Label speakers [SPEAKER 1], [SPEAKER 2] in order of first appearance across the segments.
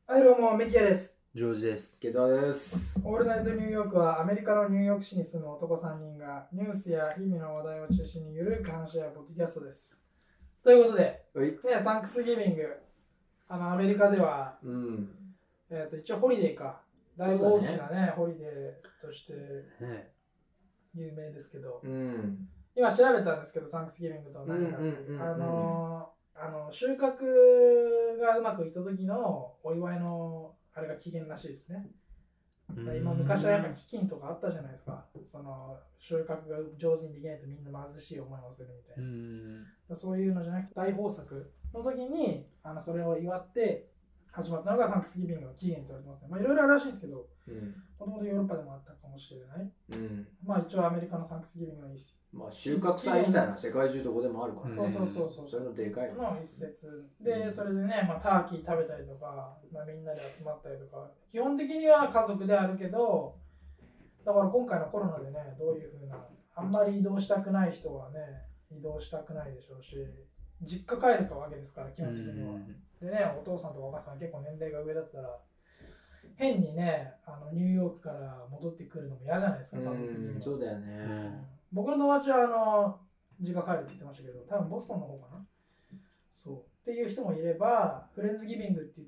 [SPEAKER 1] はい、どうも、ミキヤです。
[SPEAKER 2] ジョージです。
[SPEAKER 3] 池澤です。
[SPEAKER 1] オールナイトニューヨークはアメリカのニューヨーク市に住む男3人がニュースや日々の話題を中心にゆるく話し合うポッドキャストです。ということで、サンクスギビング、アメリカでは、一応ホリデーか。だいぶ大きなね、ホリデーとして有名ですけど、今調べたんですけど、サンクスギビングと何か収穫がうまくいった時のお祝いのあれが起源らしいですね。今昔はやっぱ飢饉とかあったじゃないですか。その収穫が上手にできないとみんな貧しい思いをするみたいな。そういうのじゃなくて大豊作の時にそれを祝って始まったのがサンクスギビングの起源と言われてますね。いろいろあるらしいんですけど、もともとヨーロッパでもあったかもしれない。一応アメリカのサンクスギビングの一節。
[SPEAKER 3] 収穫祭みたいな世界中どこでもあるからね。
[SPEAKER 1] そう。
[SPEAKER 3] それのでかい
[SPEAKER 1] の一節で、それでね、ターキー食べたりとか、みんなで集まったりとか、基本的には家族であるけど、だから今回のコロナでね、どういう風な、あんまり移動したくない人はね、移動したくないでしょうし、実家帰るかわけですから、基本的には。でね、お父さんとお母さん結構年齢が上だったら、変にね、ニューヨークから戻ってくるのも嫌じゃないですか、家族的には。
[SPEAKER 3] そうだよね。
[SPEAKER 1] 僕の友達は実家帰るって言ってましたけど、多分ボストンの方かな。そうっていう人もいれば、フレンズギビングって言って、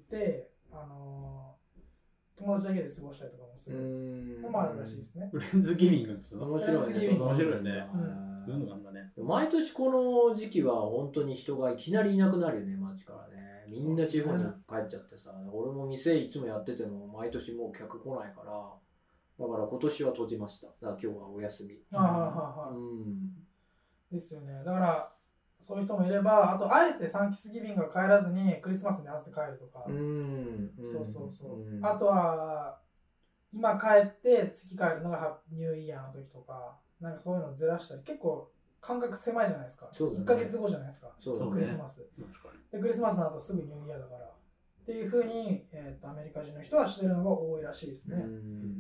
[SPEAKER 1] 友達だけで過ごしたりとかもするのもあるらしいですね。
[SPEAKER 2] フレンズギビングって
[SPEAKER 3] 面白いね。
[SPEAKER 2] 面白いね。そういうのがあんだね。
[SPEAKER 3] 毎年この時期は本当に人がいきなりいなくなるよね、街からね。みんな地方に帰っちゃってさ、俺も店いつもやってても毎年もう客来ないから、だから今年は閉じました。だから今日はお休み。
[SPEAKER 1] ですよね。だからそういう人もいれば、あとあえてサンキスギビングが帰らずにクリスマスに合わせて帰るとか。あとは今帰って月帰るのがニューイヤーの時とか、なんかそういうのをずらしたり、結構間隔狭いじゃないですか。1ヶ月後じゃないですか。クリスマス。でクリスマスの後すぐニューイヤーだから。っていう風に、アメリカ人の人はしてるのが多いらしいですね。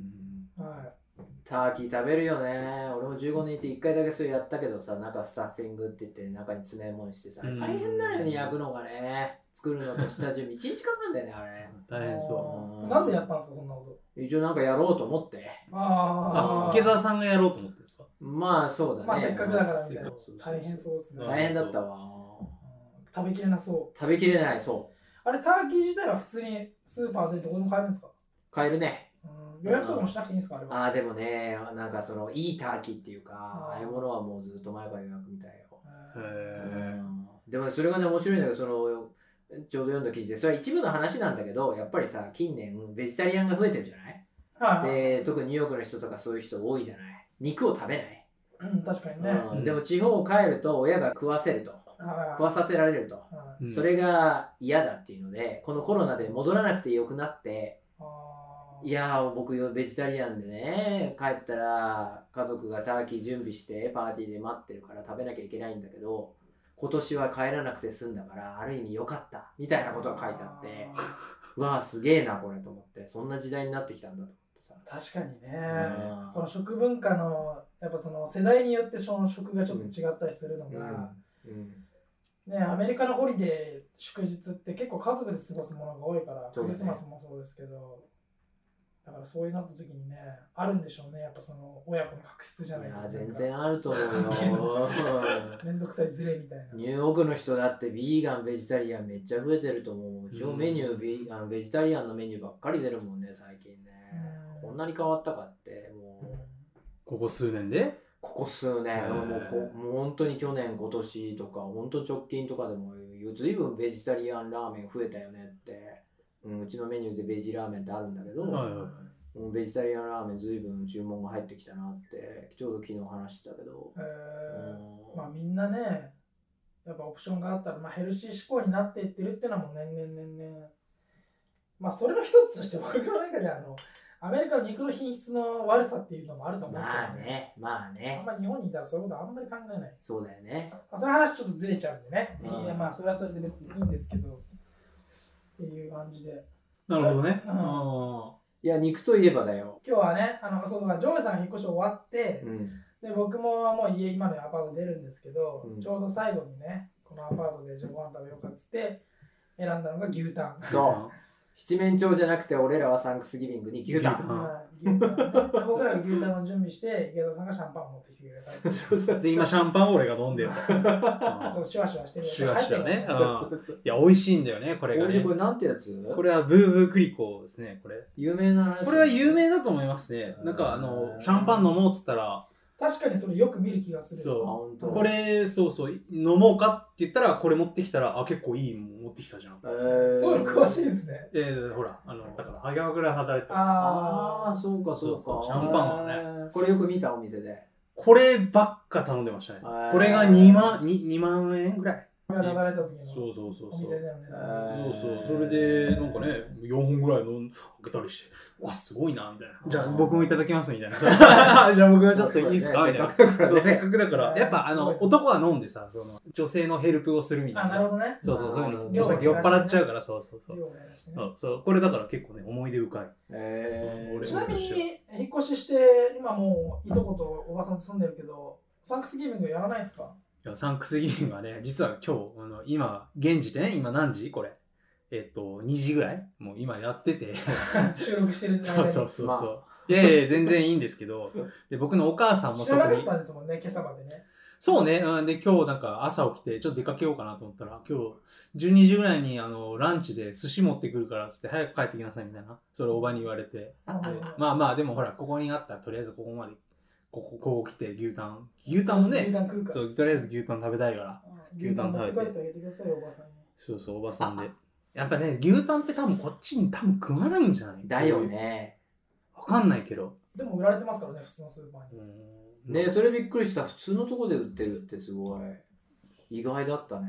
[SPEAKER 3] ターキー食べるよね。俺も15年いて1回だけそれやったけどさ、中スタッフィングって言って中に詰め物してさ、大変なのよね、焼くのがね。作るのと下準備1日かかんだよね、あれ。
[SPEAKER 2] 大変そう。
[SPEAKER 1] なんでやったんですか、そんなこと。
[SPEAKER 3] 一応なんかやろうと思って。
[SPEAKER 2] 池澤さんがやろうと思ってるんですか。
[SPEAKER 3] まあそうだね。
[SPEAKER 1] せっかくだからみたいな。大変そうですね。
[SPEAKER 3] 大変だったわ。
[SPEAKER 1] 食べきれなそう。
[SPEAKER 3] 食べきれない、そう。
[SPEAKER 1] あれ、ターキー自体は普通にスーパーでどこでも買えるんですか。
[SPEAKER 3] 買えるね。
[SPEAKER 1] 予約とかもしなくていいんですか、あれは。
[SPEAKER 3] でもね、なんかそのいいターキーっていうか、ああいうものはもうずっと前から予約みたいよ。でもそれがね、面白いんだけど、ちょうど読んだ記事で、それは一部の話なんだけど、やっぱりさ、近年ベジタリアンが増えてるじゃない。で、特にニューヨークの人とかそういう人多いじゃない。肉を食べない。
[SPEAKER 1] 確かにね。
[SPEAKER 3] でも地方を帰ると親が食わせると。食わさせられると。それが嫌だっていうので、このコロナで戻らなくてよくなって、いや僕ベジタリアンでね、帰ったら家族がターキー準備してパーティーで待ってるから食べなきゃいけないんだけど、今年は帰らなくて済んだからある意味良かったみたいなことが書いてあって、うわーすげえなこれと思って、そんな時代になってきたんだと思ってさ。
[SPEAKER 1] 確かにね、この食文化のやっぱその世代によってその食がちょっと違ったりするのが、ね、アメリカのホリデー祝日って結構家族で過ごすものが多いから、クリスマスもそうですけど、だからそういうなった時にね、あるんでしょうね、やっぱその親子の確執じゃないか。
[SPEAKER 3] 全然あると思うよ。
[SPEAKER 1] めんどくさいズレみたいな。
[SPEAKER 3] ニューヨークの人だってビーガン、ベジタリアンめっちゃ増えてると思う。一応メニュー、ベジタリアンのメニューばっかり出るもんね、最近ね。こんなに変わったかって、もう。
[SPEAKER 2] ここ数年で
[SPEAKER 3] ここ数年、もう本当に去年、今年とか、本当直近とかでも、ずいぶんベジタリアンラーメン増えたよねって。うちのメニューでベジラーメンってあるんだけど、ベジタリアンラーメンずいぶん注文が入ってきたなってちょうど昨日話してたけど、
[SPEAKER 1] みんなね、やっぱオプションがあったら、ヘルシー志向になっていってるっていうのはもう年々それの一つとして僕の中でアメリカの肉の品質の悪さっていうのもあると思うんですけどね。
[SPEAKER 3] まあね。
[SPEAKER 1] あんまり日本にいたらそういうことあんまり考えない。
[SPEAKER 3] そうだよね。
[SPEAKER 1] その話ちょっとずれちゃうんでね。それはそれで別にいいんですけど。っていう感じで。
[SPEAKER 2] なるほどね。
[SPEAKER 3] いや、肉といえばだよ。
[SPEAKER 1] 今日はね、そうだ、ジョージさんが引っ越し終わって、で僕ももう今のアパート出るんですけど、ちょうど最後にね、このアパートでご飯食べようかっつって選んだのが牛タン。
[SPEAKER 3] そう。 七面鳥じゃなくて俺らはサンクスギビングに牛タン。
[SPEAKER 1] 僕らが牛タンを準備して池田さんがシャンパンを持ってきてくれた。
[SPEAKER 2] で今シャンパンを俺が飲んでる
[SPEAKER 1] そうシュワシュワしてる。
[SPEAKER 2] シュワシュワね。いや美味しいんだよねこれがね。
[SPEAKER 3] これなんてやつ？
[SPEAKER 2] これはブーブークリコですねこれ。
[SPEAKER 3] 有名なやつ。
[SPEAKER 2] これは有名だと思いますね。なんかシャンパン飲もうっつったら。
[SPEAKER 1] 確かにそれよく見る気がする。
[SPEAKER 2] そう。これそう飲もうかって言ったらこれ持ってきたら結構いいもん持ってきたじゃん。
[SPEAKER 1] そういうの詳しいですね。
[SPEAKER 2] ほらだから萩山倉働いてる。
[SPEAKER 3] そうか。
[SPEAKER 2] シャンパンはね。
[SPEAKER 3] これよく見たお店で。
[SPEAKER 2] こればっか頼んでましたね。これが2万円ぐらい。
[SPEAKER 1] 働いてた時の
[SPEAKER 2] そう
[SPEAKER 1] お店でのね。
[SPEAKER 2] それでなんかね4本ぐらい開けたりして、わすごいなみたいな。じゃあ僕もいただきますみたいな。じゃあ僕がちょっといいですかみたいな。せっかくだからやっぱ男は飲んでさ女性のヘルプをするみたいな。
[SPEAKER 1] なるほどね。
[SPEAKER 2] そういうのお酒酔っ払っちゃうからそうこれだから結構ね思い出深い。
[SPEAKER 1] ちなみに引っ越しして今もういとことおばさんと住んでるけどサンクスギビングやらないですか？
[SPEAKER 2] いやサンクスギビングはね実は今日今現時点今何時これ2時ぐらいもう今やってて
[SPEAKER 1] 収録してる間に
[SPEAKER 2] そういや全然いいんですけどで僕のお母さんも
[SPEAKER 1] そこに知らなかったんですもんね今朝までね。
[SPEAKER 2] そうねで今日なんか朝起きてちょっと出かけようかなと思ったら今日12時ぐらいにランチで寿司持ってくるからっつって早く帰ってきなさいみたいなそれおばに言われてまあでもほらここにあったらとりあえずここまでこう来て牛タンもねそうとりあえず牛タン食べたいから
[SPEAKER 1] 牛タン食べてあげてくださいおばさんに。
[SPEAKER 2] そうおばさんでやっぱね牛タンって多分こっちに多分食わないんじゃない
[SPEAKER 3] だよね。
[SPEAKER 2] わかんないけど
[SPEAKER 1] でも売られてますからね普通のスーパーに。
[SPEAKER 3] ねそれびっくりした。普通のとこで売ってるってすごい意外だったね。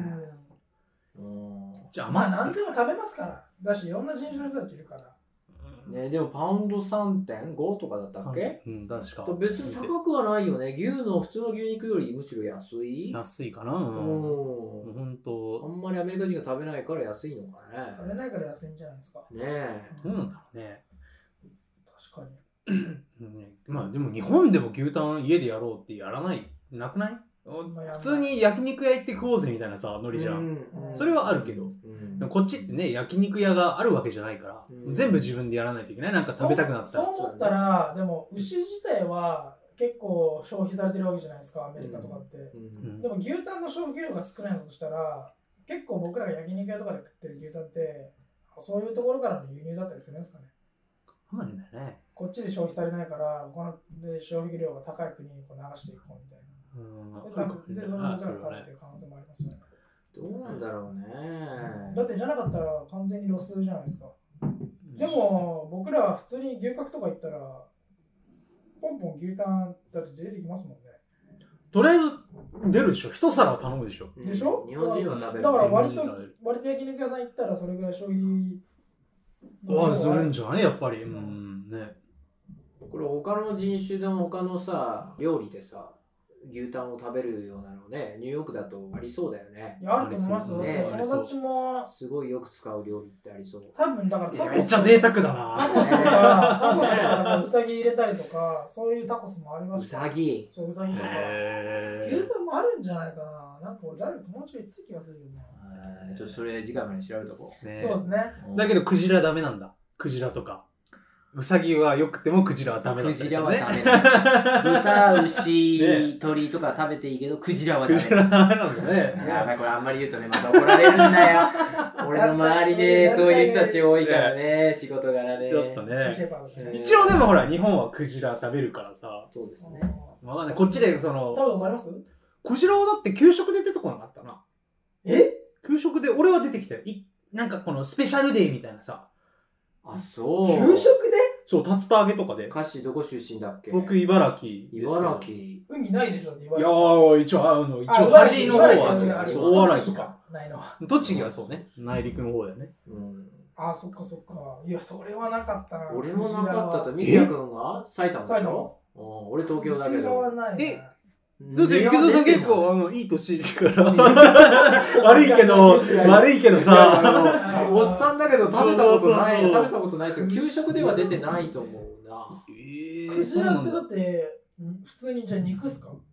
[SPEAKER 1] じゃあまあ何でも食べますからだしいろんな人種の人たちいるから。
[SPEAKER 3] ね、でもパウンド 3.5 とかだったっけ？
[SPEAKER 2] 確か
[SPEAKER 3] 別に高くはないよね。牛の普通の牛肉よりむしろ安い
[SPEAKER 2] かな。本当
[SPEAKER 3] あんまりアメリカ人が食べないから安いのかね。
[SPEAKER 1] 食べないから安いんじゃないですか
[SPEAKER 3] ねえ。
[SPEAKER 2] どうなんだろうね。
[SPEAKER 1] 確かに
[SPEAKER 2] まあでも日本でも牛タン家でやろうってやらないなくない？普通に焼肉屋行って食おうぜみたいなさノリじゃん。それはあるけどでもこっちってね焼肉屋があるわけじゃないから全部自分でやらないといけない。なんか食べたくなったら
[SPEAKER 1] そう思ったらでも牛自体は結構消費されてるわけじゃないですかアメリカとかって。でも牛タンの消費量が少ないのとしたら結構僕らが焼肉屋とかで食ってる牛タンってそういうところからの輸入だったりするんですかね。
[SPEAKER 2] かもしれないね。
[SPEAKER 1] こっちで消費されないから他ので消費量が高い国にこう流していこうみたいな。でその僕らが食べてる可能性もありますよね。
[SPEAKER 3] どうなんだろうね。
[SPEAKER 1] だってじゃなかったら完全にロスじゃないですか。でも僕らは普通に牛角とか行ったらポンポン牛タンだって出てきますもんね。
[SPEAKER 2] とりあえず出るでしょ。一皿頼むでしょ。
[SPEAKER 1] でしょ？
[SPEAKER 3] 日本人は食べる。
[SPEAKER 1] だから割と焼肉屋さん行ったらそれぐらい消費
[SPEAKER 2] するんじゃないやっぱり。ね。
[SPEAKER 3] これ他の人種でも他のさ料理でさ牛タンを食べるようなのねニューヨークだとありそうだよね。
[SPEAKER 1] いやあると思いますよね。友達も
[SPEAKER 3] すごいよく使う料理ってありそう。
[SPEAKER 1] 多分だから
[SPEAKER 2] めっちゃ贅沢だな。
[SPEAKER 1] タコスとかウサギ入れたりとかそういうタコスもありますし。
[SPEAKER 3] ウサギ。
[SPEAKER 1] そうウサギとか。牛タンもあるんじゃないかな。なんか俺誰か友達が言ってた気がするけどな。
[SPEAKER 3] ちょっとそれ次回まで調べとこう。
[SPEAKER 1] そうですね。
[SPEAKER 2] だけどクジラダメなんだ。クジラとか。ウサギはよくてもクジラはダメだった
[SPEAKER 3] りするね。クジラはダメだ。豚、牛、鳥とか食べていいけどクジラはダメだ。
[SPEAKER 2] クジラダメなんだね。
[SPEAKER 3] やばいこれあんまり言うとねまた怒られるんだよ。俺の周りでそういう人たち多いからね仕事柄ね。
[SPEAKER 2] ちょっとね。
[SPEAKER 1] 一
[SPEAKER 2] 一応でもほら日本はクジラ食べるからさ。
[SPEAKER 3] そうですね。
[SPEAKER 2] わかんない。こっちでその。
[SPEAKER 1] 食べたことあります？
[SPEAKER 2] クジラはだって給食で出てこなかったな。給食で俺は出てきたよ。なんかこのスペシャルデーみたいなさ。
[SPEAKER 3] あ、そう。
[SPEAKER 1] 給食で？
[SPEAKER 2] そう、竜田揚げとかで。
[SPEAKER 3] 歌詞どこ出身だっけ？
[SPEAKER 2] 僕、茨城です。
[SPEAKER 3] 茨城。
[SPEAKER 1] 海ないでしょって茨
[SPEAKER 2] 城。いやー、一応、端の方は、大洗とか。
[SPEAKER 1] ないの。
[SPEAKER 2] 栃木はそうね。内陸の方だよね。
[SPEAKER 1] あ、そっかそっか。いや、それはなかったな。
[SPEAKER 3] 俺もなかったと。みきやくんは埼玉でしょ？俺東京だけど。
[SPEAKER 2] だって池田さん結構いい年から悪いけどさ
[SPEAKER 3] おっさんだけど食べたことないと給食では出てないと思うな。
[SPEAKER 1] クジラってだって普通にじゃあ肉っすか？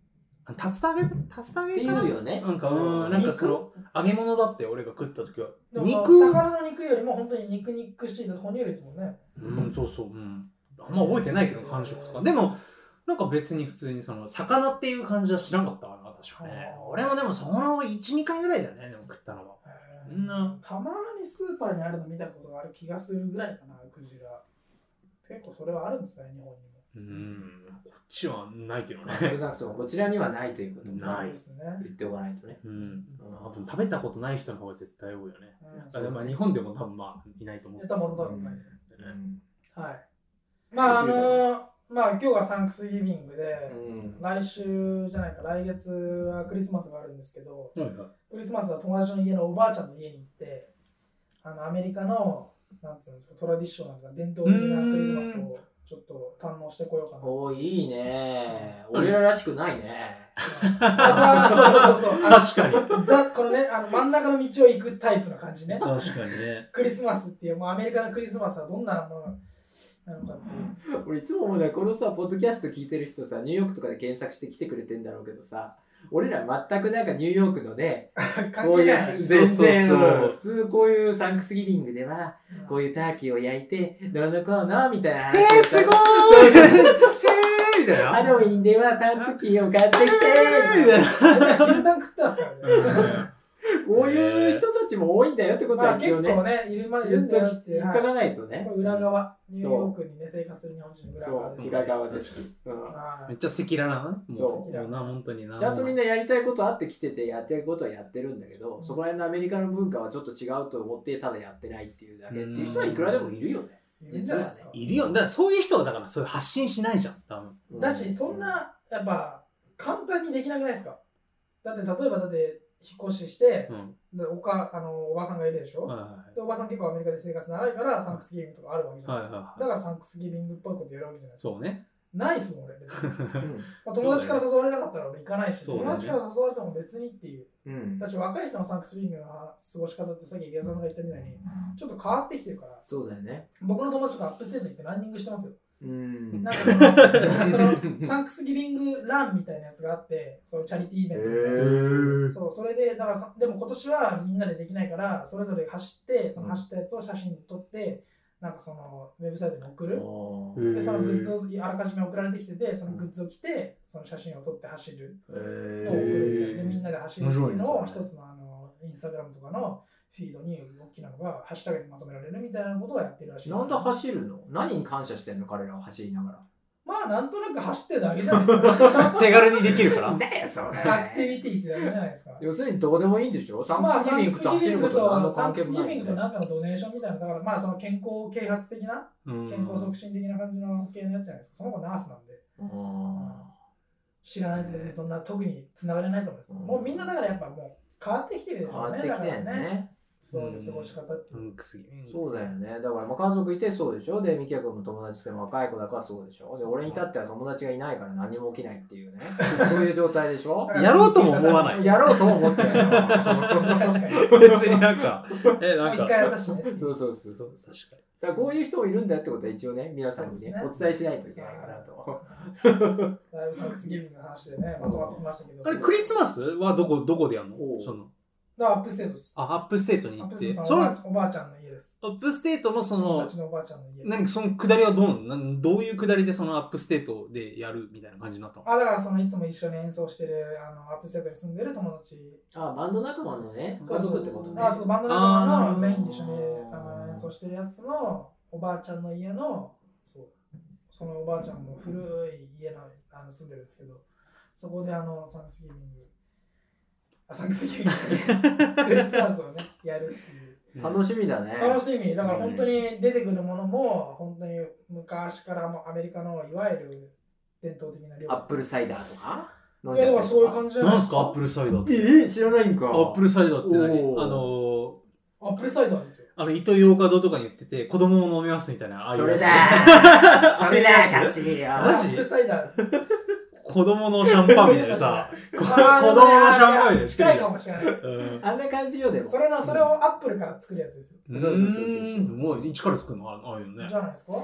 [SPEAKER 2] 竜田揚げ
[SPEAKER 3] っていうよね。
[SPEAKER 2] なんかその揚げ物だって俺が食った時は
[SPEAKER 1] 魚の肉よりも本当に肉しい哺乳類ですもんね。
[SPEAKER 2] そうそう、あんま覚えてないけど感触とか。でもなんか別に普通にその魚っていう感じは知らなかったかな確かね。俺もでもその 1,2 回ぐらいだよねでも食ったのは。
[SPEAKER 1] たまにスーパーにあるの見たことがある気がするぐらいかなクジラ。結構それはあるんですね日本にも。
[SPEAKER 2] こっちはないけどね。
[SPEAKER 3] 少なくともこちらにはないということ
[SPEAKER 2] ない
[SPEAKER 1] ですね。
[SPEAKER 3] 言っておかないとね。
[SPEAKER 2] 多分食べたことない人の方が絶対多いよね。まあ日本でも多分いないと思う。
[SPEAKER 1] 多分ないですね。はい。まあ今日がサンクスギビングで、来週じゃないか来月はクリスマスがあるんですけど、クリスマスは友達の家のおばあちゃんの家に行ってアメリカのなんていうんですかトラディショナルな伝統的なクリスマスをちょっと堪能してこようかな。
[SPEAKER 3] おーいいね。俺ららしくないね。
[SPEAKER 1] そう確
[SPEAKER 2] かに。
[SPEAKER 1] このね真ん中の道を行くタイプな感じね。
[SPEAKER 2] 確かにね。
[SPEAKER 1] クリスマスっていうもうアメリカのクリスマスはどんなものなのかっていう。
[SPEAKER 3] 俺いつも思うねこのさポッドキャスト聞いてる人さニューヨークとかで検索して来てくれてんだろうけどさ。俺ら全くなんかニューヨークのねこういう全然普通こういうサンクスギビングではこういうターキーを焼いてどうのこうのみたいな話を
[SPEAKER 2] すごーいみたいな
[SPEAKER 3] ハロウィンではパンプキンを買ってきて
[SPEAKER 1] みたいな牛タン食ってますからね。
[SPEAKER 3] こういう人たちも多いんだよってことは一応ね、
[SPEAKER 1] 結構ねいるんだよって
[SPEAKER 3] 言っとかないとね。
[SPEAKER 1] 裏側ニューヨークにね生活する日本人の裏側です。
[SPEAKER 3] 裏側です。
[SPEAKER 2] めっちゃ赤裸々な。
[SPEAKER 3] そう
[SPEAKER 2] な本当にな。
[SPEAKER 3] ちゃんとみんなやりたいことあって来ててやってることはやってるんだけど、そこら辺のアメリカの文化はちょっと違うと思ってただやってないっていうだけっていう人はいくらでもいるよね。
[SPEAKER 1] 実はね。
[SPEAKER 2] いるよ。だからそういう人はだからそういう発信しないじゃん。多分。
[SPEAKER 1] だしそんなやっぱ簡単にできなくないですか。だって例えば引っ越しして、でおばさんがいるでしょ、でおばさん結構アメリカで生活長いからサンクスギビングとかあるわけじゃないですか、だからサンクスギビングっぽいことやるわけじゃないですか。
[SPEAKER 2] そうね。
[SPEAKER 1] ないっすもん俺別に友達から誘われなかったら俺行かないし、友達から誘われても別にっていう、だし若い人のサンクスギビングの過ごし方ってさっき池田さんが言ったみたいにちょっと変わってきてるから。
[SPEAKER 3] そうだよね。
[SPEAKER 1] 僕の友達とかアップステート行ってランニングしてますよ。なんかそのサンクスギビングランみたいなやつがあって、そういうチャリティーイベントみたいな、そうそれでだからでも今年はみんなでできないからそれぞれ走ってその走ったやつを写真撮ってなんかそのウェブサイトに送る。でそのグッズをあらかじめ送られてきててそのグッズを着てその写真を撮って走るのを送るみたいな。でみんなで走るっていうのを一つのインスタグラムとかのフィードに大きなのがハッシュタグでまとめられるみたいなことをやってるらしいです、ね。
[SPEAKER 3] なんで走るの？何に感謝してんの彼らは走りながら。
[SPEAKER 1] まあなんとなく走ってるだけじゃないですか。
[SPEAKER 2] 手軽にできるから。
[SPEAKER 3] だよそれ。
[SPEAKER 1] アクティビティってだけじゃないですか。
[SPEAKER 3] 要するにどうでもいいんでしょ。サンクスギビングと走ることは何の関係もない。
[SPEAKER 1] サンクスギビングとなんかのドネーションみたいなだからまあその健康啓発的な健康促進的な感じの系のやつじゃないですか。その子ナースなんで。知らないです別にそんな特に繋がれないと思います。もうみんなだからやっぱもう変わってきてるでしょうね。
[SPEAKER 3] 変わってきてるね。
[SPEAKER 1] そういう過ごし方っていう。
[SPEAKER 3] そうだよね。だからまあ家族いてそうでしょ。で、ミキヤ君も友達でも若い子だからそうでしょ。で、俺に至っては友達がいないから何も起きないっていうね。そういう状態でしょ。
[SPEAKER 2] やろうとも思わない。
[SPEAKER 3] やろうとも思ってない。確
[SPEAKER 1] か
[SPEAKER 2] に。別になんか、
[SPEAKER 1] なんか。一回やったしね。
[SPEAKER 3] そう。確かに。だからこういう人もいるんだよってことは一応ね、皆さんにね、お伝えしないといけないかなと。
[SPEAKER 1] だいぶサンクスギビングの話でね、まとまってきましたけど。
[SPEAKER 2] あれ、クリスマスはどこでやるの？その
[SPEAKER 1] アップステートです。
[SPEAKER 2] アップステートに行って。
[SPEAKER 1] そのおばあちゃんの家です。
[SPEAKER 2] アップステートのその、
[SPEAKER 1] 私のおばあちゃんの家。
[SPEAKER 2] 何その下りはどういう下りでそのアップステートでやるみたいな感じになったの？
[SPEAKER 1] だからそのいつも一緒に演奏してるアップステートに住んでる友達。
[SPEAKER 3] バンド仲間のね、家族ってことね。
[SPEAKER 1] そう、バンド仲間のメインに一緒に演奏してるやつのおばあちゃんの家の、そのおばあちゃんも古い家の住んでるんですけど、そこでサンクスギビング。サンクスギビングクリスマスをねやるっていう。
[SPEAKER 3] 楽しみだね。
[SPEAKER 1] 楽しみ。だから本当に出てくるものも本当に昔からもアメリカのいわゆる伝統的な料理。
[SPEAKER 3] アップルサイダーとか？
[SPEAKER 1] いやだからそういう感じじゃない
[SPEAKER 2] ですか。アップルサイダーって。
[SPEAKER 3] 知らないんか。
[SPEAKER 2] アップルサイダーって何？
[SPEAKER 1] アップルサイダーですよ。
[SPEAKER 2] イトーヨーカドーとかに言ってて子供も飲みますみたいな。
[SPEAKER 3] それだ。それだ。マジ？
[SPEAKER 1] アップルサイダー。
[SPEAKER 2] 子供のシャンパンみたいなさ、子供のシャンパンみたいな
[SPEAKER 1] 近いかもしれない。
[SPEAKER 3] あんな感じよでも。
[SPEAKER 1] それをアップルから作るやつですよ。
[SPEAKER 3] そう。
[SPEAKER 2] もう一から作るのあるよね。
[SPEAKER 1] じゃないですか。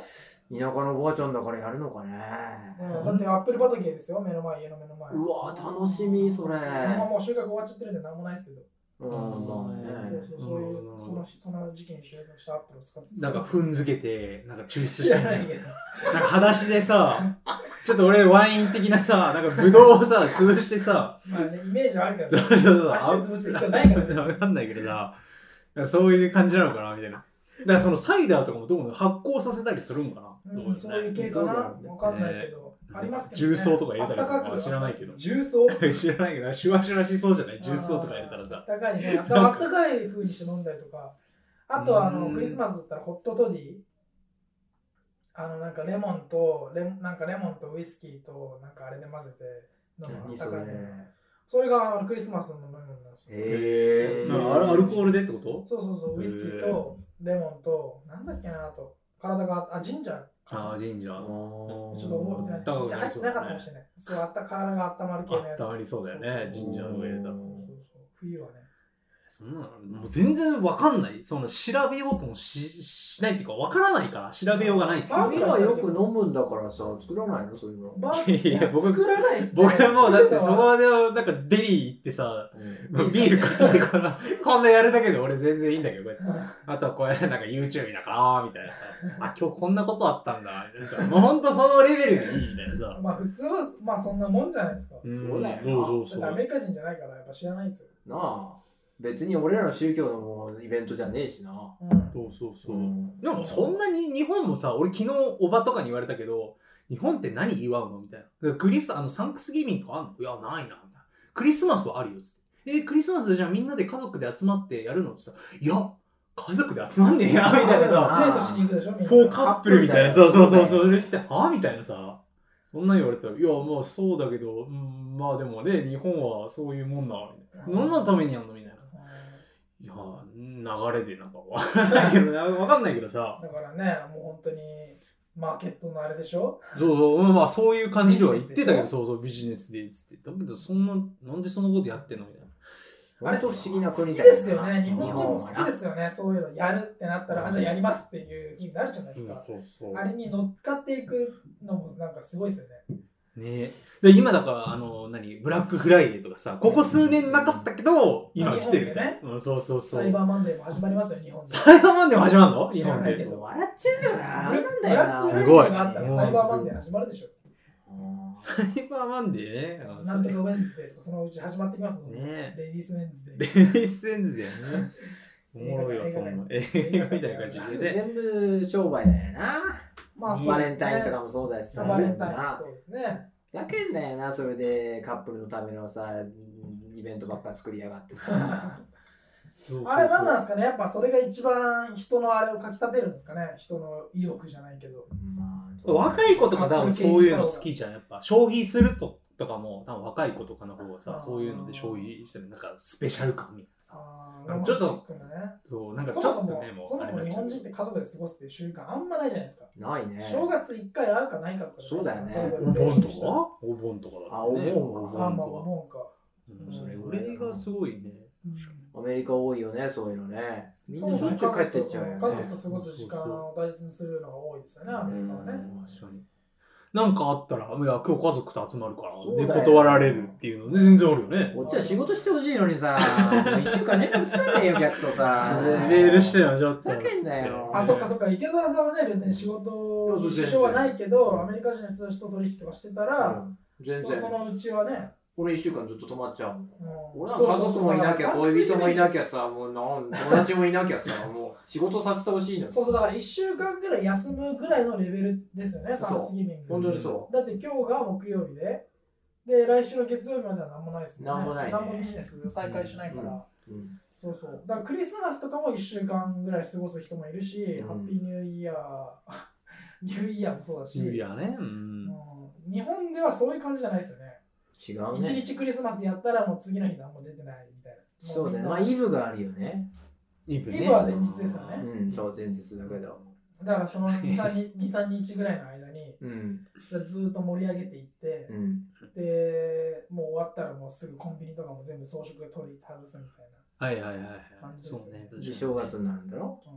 [SPEAKER 3] 田舎のおばあちゃんだからやるのかね。
[SPEAKER 1] だってアップル畑ですよ、家の目の前。
[SPEAKER 3] うわ楽しみそれ。
[SPEAKER 1] 今もう収穫終わっちゃってるんでなんもないですけど。
[SPEAKER 3] まあね。
[SPEAKER 1] そういうその時期に収穫したアップルを使って
[SPEAKER 2] なんか踏んづけてなんか抽出して
[SPEAKER 1] ないけど。
[SPEAKER 2] なんか裸足でさ、ちょっと俺ワイン的なさ、なんかブドウをさ潰してさ、
[SPEAKER 1] まあねイメージはあるけど、足で潰す必要ないからね。
[SPEAKER 2] わかんないけどさ、そういう感じなのかなみたいな。だからそのサイダーとかもどうも発酵させたりするんかな。
[SPEAKER 1] そういう系かな。わかんないけど。ありますけど、
[SPEAKER 2] 重曹とか入れたりするのか知らないけど。
[SPEAKER 1] 重曹
[SPEAKER 2] 知らないけど、シュワシュワしそうじゃない重曹とか入れたらさ。
[SPEAKER 1] あったかいね。あったかい風にして飲んだりとか。あとはクリスマスだったらホットトディ。なんかレモンとウイスキーとなんかあれで混ぜて飲むあったかいね。それがクリスマスの飲み物なんですよ。
[SPEAKER 2] アルコールでってこと？
[SPEAKER 1] そうウイスキーとレモンとなんだっけなあと体がジンジャー。
[SPEAKER 2] ジンジャー。
[SPEAKER 1] ちょっと覚えてない。じゃ入ってなかったかもしれない。そう体が温まる系のやつ。
[SPEAKER 2] 温まりそうだよね。ジンジャーの上で。
[SPEAKER 1] 冬はね。
[SPEAKER 2] そんなのもう全然わかんない。その調べようともしないっていうかわからないから調べようがない。
[SPEAKER 3] 君はよく飲むんだからさ作らないのそういうの。
[SPEAKER 1] いや僕作らないです。
[SPEAKER 2] 僕はもうだってそこでなんかデリー行ってさ、ビール買ってこんなやるだけで俺全然いいんだけど、あとはこれなんか YouTube だからみたいなさ、あ今日こんなことあったんだみたいなさ、もうほんとそのレベルでいいみたいなさ。
[SPEAKER 1] まあ普通はまあそんなもんじゃないですか。
[SPEAKER 3] そうだよ。
[SPEAKER 1] そう。アメリカ人じゃないからやっぱ知らないんですよ。
[SPEAKER 3] なあ。別に俺らの宗教のイベントじゃねえしな。
[SPEAKER 2] そう。でもそんなに日本もさ、俺昨日おばとかに言われたけど、日本って何祝うのみたいな。サンクスギビングとかあんの？いや、ないな。みたいな。クリスマスはあるよ。つって。クリスマスじゃあみんなで家族で集まってやるのって言ったら、いや、家族で集まんねえや、みたいなさ。
[SPEAKER 1] デートしに行くでしょみんな。
[SPEAKER 2] フォーカップルみたいな。そう。言って、はみたいなさ。そんな言われたら、いや、まあそうだけど、まあでもね、日本はそういうもんな。何のためにやんのみたいな。いや流れでなんかわかんないけどさ。
[SPEAKER 1] だからね、もう本当にマーケットのあれでしょ。
[SPEAKER 2] まあそういう感じでは言ってたけど、ビジネスでつって。だけどなんでそのことやってんのみたいな。
[SPEAKER 3] あれ不思議な国
[SPEAKER 1] だよね。好きですよね。日本人も好きですよね。そういうのやるってなったら、じゃあやりますっていう気になるじゃないですか。あれに乗っかっていくのもなんかすごいですよね。
[SPEAKER 2] ねで今だからブラックフライデーとかさ、ここ数年なかったけど今来てるね。そう
[SPEAKER 1] サイバーマンデーも始まりますよ日本で。
[SPEAKER 2] サイバーマンデーも始まるの？
[SPEAKER 1] 日本で。
[SPEAKER 3] 笑っちゃうよな。
[SPEAKER 1] ブラックフライデーがあったらサイバーマンデー始まるでしょ。
[SPEAKER 2] サイバーマンデーね。
[SPEAKER 1] なんとかウェンズデーとかそのうち始まってきますもんね。レディースウェンズデー。
[SPEAKER 2] レディースウェンズデーね。おもろいよそんな映画みたいな感じで。
[SPEAKER 3] 全部商売だよな。バレンタインとかもそうだしさ。
[SPEAKER 1] バレンタインそうですね。
[SPEAKER 3] ふざけんなよな、それでカップルのためのさ、イベントばっか作りやがってさ。
[SPEAKER 1] あれ何なんですかね、やっぱそれが一番人のあれをかきたてるんですかね、人の意欲じゃないけど。
[SPEAKER 2] 若い子とか多分そういうの好きじゃん、やっぱ消費するとかも多分若い子とかの方がさ、そういうので消費してるなんかスペシャル感みたいな。ちょっとそうなんかちょっとね
[SPEAKER 1] そもそも日本人って家族で過ごすっていう習慣あんまないじゃないですか。
[SPEAKER 3] ないね。
[SPEAKER 1] 正月1回会うかないかとか。
[SPEAKER 3] そうだよね。
[SPEAKER 2] お盆とかだ。
[SPEAKER 3] お盆か。
[SPEAKER 1] お盆か。
[SPEAKER 2] それ俺がすごいね。
[SPEAKER 3] アメリカ多いよね、そういうのね。
[SPEAKER 1] みんなそっち帰ってっちゃうよね。家族と過ごす時間を大切にするのが多いですよね、アメリカはね。
[SPEAKER 2] なんかあったら、いや今日家族と集まるからで断られるっていうので全然あるよね。
[SPEAKER 3] こっちは仕事してほしいのにさ、1週間連絡つかねえよ、逆とさ。
[SPEAKER 2] メールしてよ、ちょっと。
[SPEAKER 3] ふざけんなよ。
[SPEAKER 1] そっか、池澤さんはね、別に仕事に支障はないけど、アメリカ人の人たちと取引とかしてたら、
[SPEAKER 3] 全然
[SPEAKER 1] そのうちはね。
[SPEAKER 3] 俺1週間ずっと泊まっちゃう。俺は家族もいなきゃ、恋人もいなきゃさ、もう友達もいなきゃさ、もう仕事させてほしいのよ。
[SPEAKER 1] そう、だから1週間ぐらい休むぐらいのレベルですよね、サンクスギビング。
[SPEAKER 3] 本当にそう。
[SPEAKER 1] だって今日が木曜日で、来週の月曜日までは何もないですもんね。
[SPEAKER 3] 何もないね。
[SPEAKER 1] 何もビジネス再開しないから。そう。だからクリスマスとかも1週間ぐらい過ごす人もいるし、ハッピーニューイヤー、ニューイヤーもそうだし。
[SPEAKER 2] ニューイヤーね。
[SPEAKER 1] 日本ではそういう感じじゃないですよね。
[SPEAKER 3] 違うね。
[SPEAKER 1] 1日クリスマスやったらもう次の日何も出てないみたいな。
[SPEAKER 3] そうだね。まあイブがあるよね。
[SPEAKER 1] イブは前日ですよね。
[SPEAKER 3] そう、前日だけど。
[SPEAKER 1] だからその2、3日ぐらいの間に、ずっと盛り上げていって、で、もう終わったらもうすぐコンビニとかも全部装飾で取り外すみたいな。
[SPEAKER 2] はい。
[SPEAKER 3] そうね。正月になるんだろ。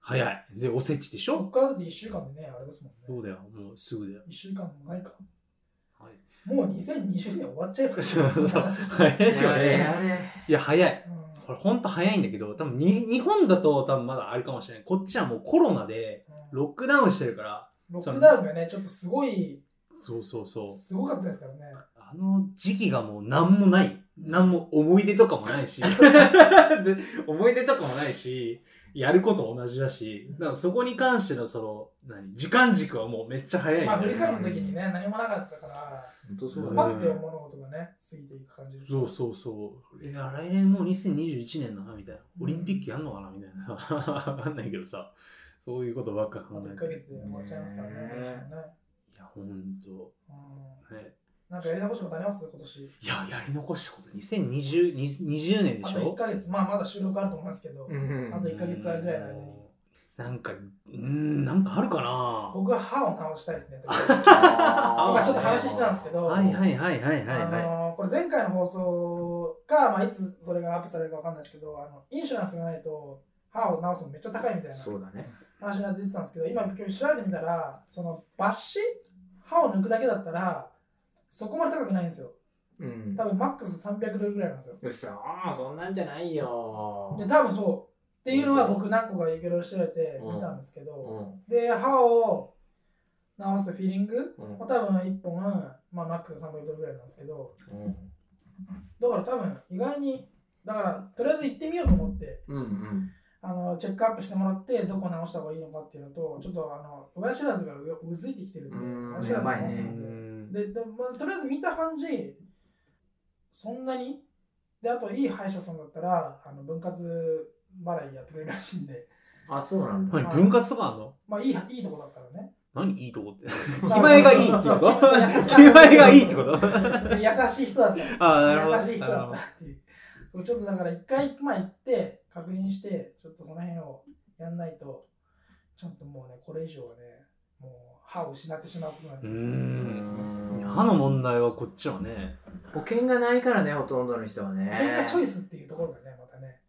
[SPEAKER 2] 早い。で、おせちでしょ。
[SPEAKER 1] そっからだって1週間でね、あれですもんね。
[SPEAKER 2] そうだよ、もうすぐだよ。
[SPEAKER 1] 1週間もないか。
[SPEAKER 2] はい、
[SPEAKER 1] もう2020年終わっちゃいます
[SPEAKER 2] そうそうそう。早いでしょね。いや、早い。これほんと早いんだけど、多分日本だと多分まだあれかもしれない。こっちはもうコロナでロックダウンしてるから。
[SPEAKER 1] ロックダウンがね、ちょっとすごい。
[SPEAKER 2] そうそうそう。
[SPEAKER 1] すごかったですからね。
[SPEAKER 2] あの時期がもう何もない。何も思い出とかもないし。思い出とかもないし。やること同じだし、だからそこに関しての時間軸はもうめっちゃ早い、
[SPEAKER 1] まあ振り返るときにね、何もなかったから、
[SPEAKER 3] 本当そう
[SPEAKER 1] パッて物事がね、過ぎていく感じです。
[SPEAKER 2] そうそうそう。いや、来年もう2021年だな、みたいな。オリンピックやんのかな、みたいな。わかんないけどさ、そういうことばっか考えて。
[SPEAKER 1] 1ヶ月で終わっちゃいますからね。
[SPEAKER 2] いや、ほんと。
[SPEAKER 1] ね。なんかやり残したことあります今年。い
[SPEAKER 2] や、やり残したこと。2020年でしょ。
[SPEAKER 1] あと1ヶ月、まあまだ収録あると思いますけど、あと1ヶ月ぐらいの間に。
[SPEAKER 2] なんかあるかな。
[SPEAKER 1] 僕は歯を直したいですね。今ちょっと話してたんですけど、
[SPEAKER 2] これ
[SPEAKER 1] 前回の放送が、まあ、いつそれがアップされるかわかんないですけど、インシュランスがないと歯を直すのめっちゃ高いみたいな話が出てたんですけど、今調べてみたら、その抜歯、歯を抜くだけだったら、そこまで高くないんですよ。多分マックス$300ぐらいなんですよ。
[SPEAKER 3] そんなんじゃないよ。
[SPEAKER 1] で、多分そう。っていうのは僕何個かいろいろ調べて見たんですけど、で、歯を直すフィリング、多分1本、まあ、マックス$300ぐらいなんですけど、だから多分意外に、だからとりあえず行ってみようと思って、チェックアップしてもらってどこ直した方がいいのかっていうのと、ちょっと親知らずがうずいてきてるんで、親知らず直すので、まあ、とりあえず見た感じ、そんなにで、あといい歯医者さんだったら分割払いやってくれるらしいんで。
[SPEAKER 3] あ、そうなんだ。
[SPEAKER 2] 分割とかあんの？
[SPEAKER 1] まあいいとこだったらね。
[SPEAKER 2] 何いいとこって？気前がいいってこと？気前がいいってこと？
[SPEAKER 1] 優しい人だったら。
[SPEAKER 2] あ、なるほど。
[SPEAKER 1] 優しい人だったっていう。そう、ちょっとだから一回行って確認して、ちょっとその辺をやんないと、ちょっともうね、これ以上はね、もう歯を失ってしまうことになる。
[SPEAKER 2] 歯の問題はこっちはね。
[SPEAKER 3] 保険がないからね、ほとんどの人はね。
[SPEAKER 1] 保険がチョイスっていうところがね、またね。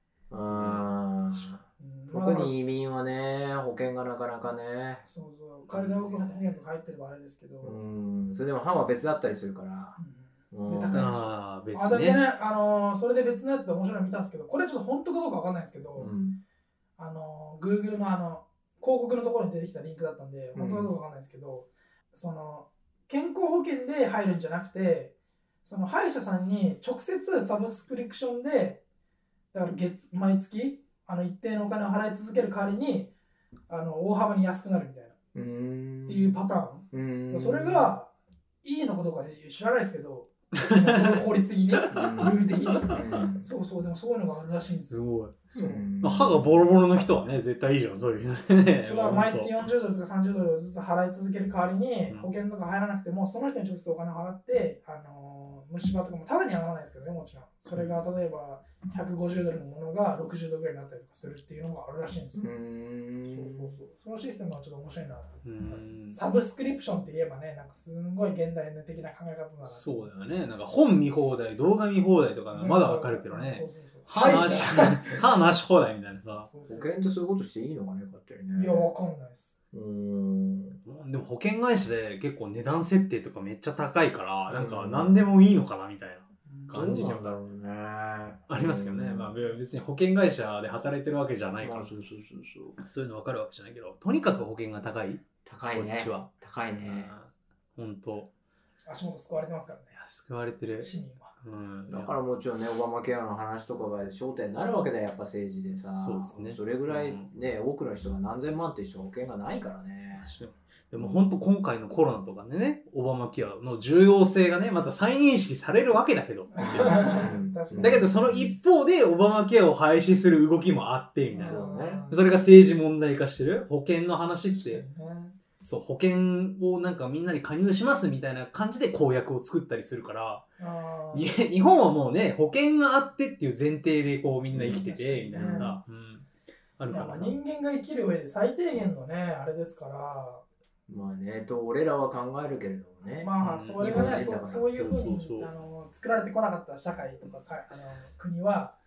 [SPEAKER 3] 特に移民はね、保険がなかなかね。
[SPEAKER 1] そうそう、海外保険とか入ってればあれですけど。
[SPEAKER 3] それでも歯は別だったりするから。
[SPEAKER 1] 別にね。それで別のやつで面白いの見たんですけど、これちょっと本当かどうかわかんないんですけど、Google の広告のところに出てきたリンクだったんで、本当かどうかわかんないですけど、その健康保険で入るんじゃなくて、その歯医者さんに直接サブスクリプションで、だから毎月一定のお金を払い続ける代わりに大幅に安くなるみたいなっていうパターン。それがいいのかどうか知らないですけど、法律的に、ルール的に。そうそう、でもそういうのがあるらしいんですよ。
[SPEAKER 2] すごい。歯がボロボロの人はね、絶対いいじゃん、そういうのね。
[SPEAKER 1] そうだから毎月$40とか$30ずつ払い続ける代わりに、保険とか入らなくても、その人に直接お金を払って、虫歯とかもただにはならないですけどね、もちろん。それが例えば$150のものが$60ぐらいになったりとかするっていうのがあるらしいんですよ。そう。そのシステムはちょっと面白いなと。サブスクリプションって言えばね、なんかすんごい現代的な考え方だな。
[SPEAKER 2] そうだよね。なんか本見放題、動画見放題とかまだわかるけどね。歯なし放題みたいなさ。
[SPEAKER 3] 保険ってそういうことしていいのかね、勝手にね。
[SPEAKER 1] いや、わかんないです。
[SPEAKER 2] でも保険会社で結構値段設定とかめっちゃ高いから、なんか何でもいいのかなみたいな感じでもありますけどね。まあ別に保険会社で働いてるわけじゃないから、そういうの分かるわけじゃないけど、とにかく保険が高い。
[SPEAKER 3] 高いね。
[SPEAKER 2] こっちは。
[SPEAKER 3] 高いね。
[SPEAKER 2] 本当。
[SPEAKER 1] 足元救われてますからね。
[SPEAKER 2] 救われてる。
[SPEAKER 1] 市民は。
[SPEAKER 3] だからもちろんね、オバマケアの話とかが焦点になるわけだよ、やっぱ政治でさ。
[SPEAKER 2] そうですね。
[SPEAKER 3] それぐらいね、多くの人が何千万っていう人は保険がないからね。
[SPEAKER 2] でも本当今回のコロナとかでね、オバマケアの重要性がね、また再認識されるわけだけど。だけどその一方でオバマケアを廃止する動きもあってみたいな。それが政治問題化してる。保険の話って。そう、保険をなんかみんなに加入しますみたいな感じで公約を作ったりするから、日本はもうね、保険があってっていう前提でこうみんな生きてて、みたいなさ、あるから。
[SPEAKER 1] 人間が生きる上で最低限のね、あれですから。
[SPEAKER 3] まあね、と俺らは考えるけれどもね。
[SPEAKER 1] まあ、それがね、そういうふうに作られてこなかった社会とか国は、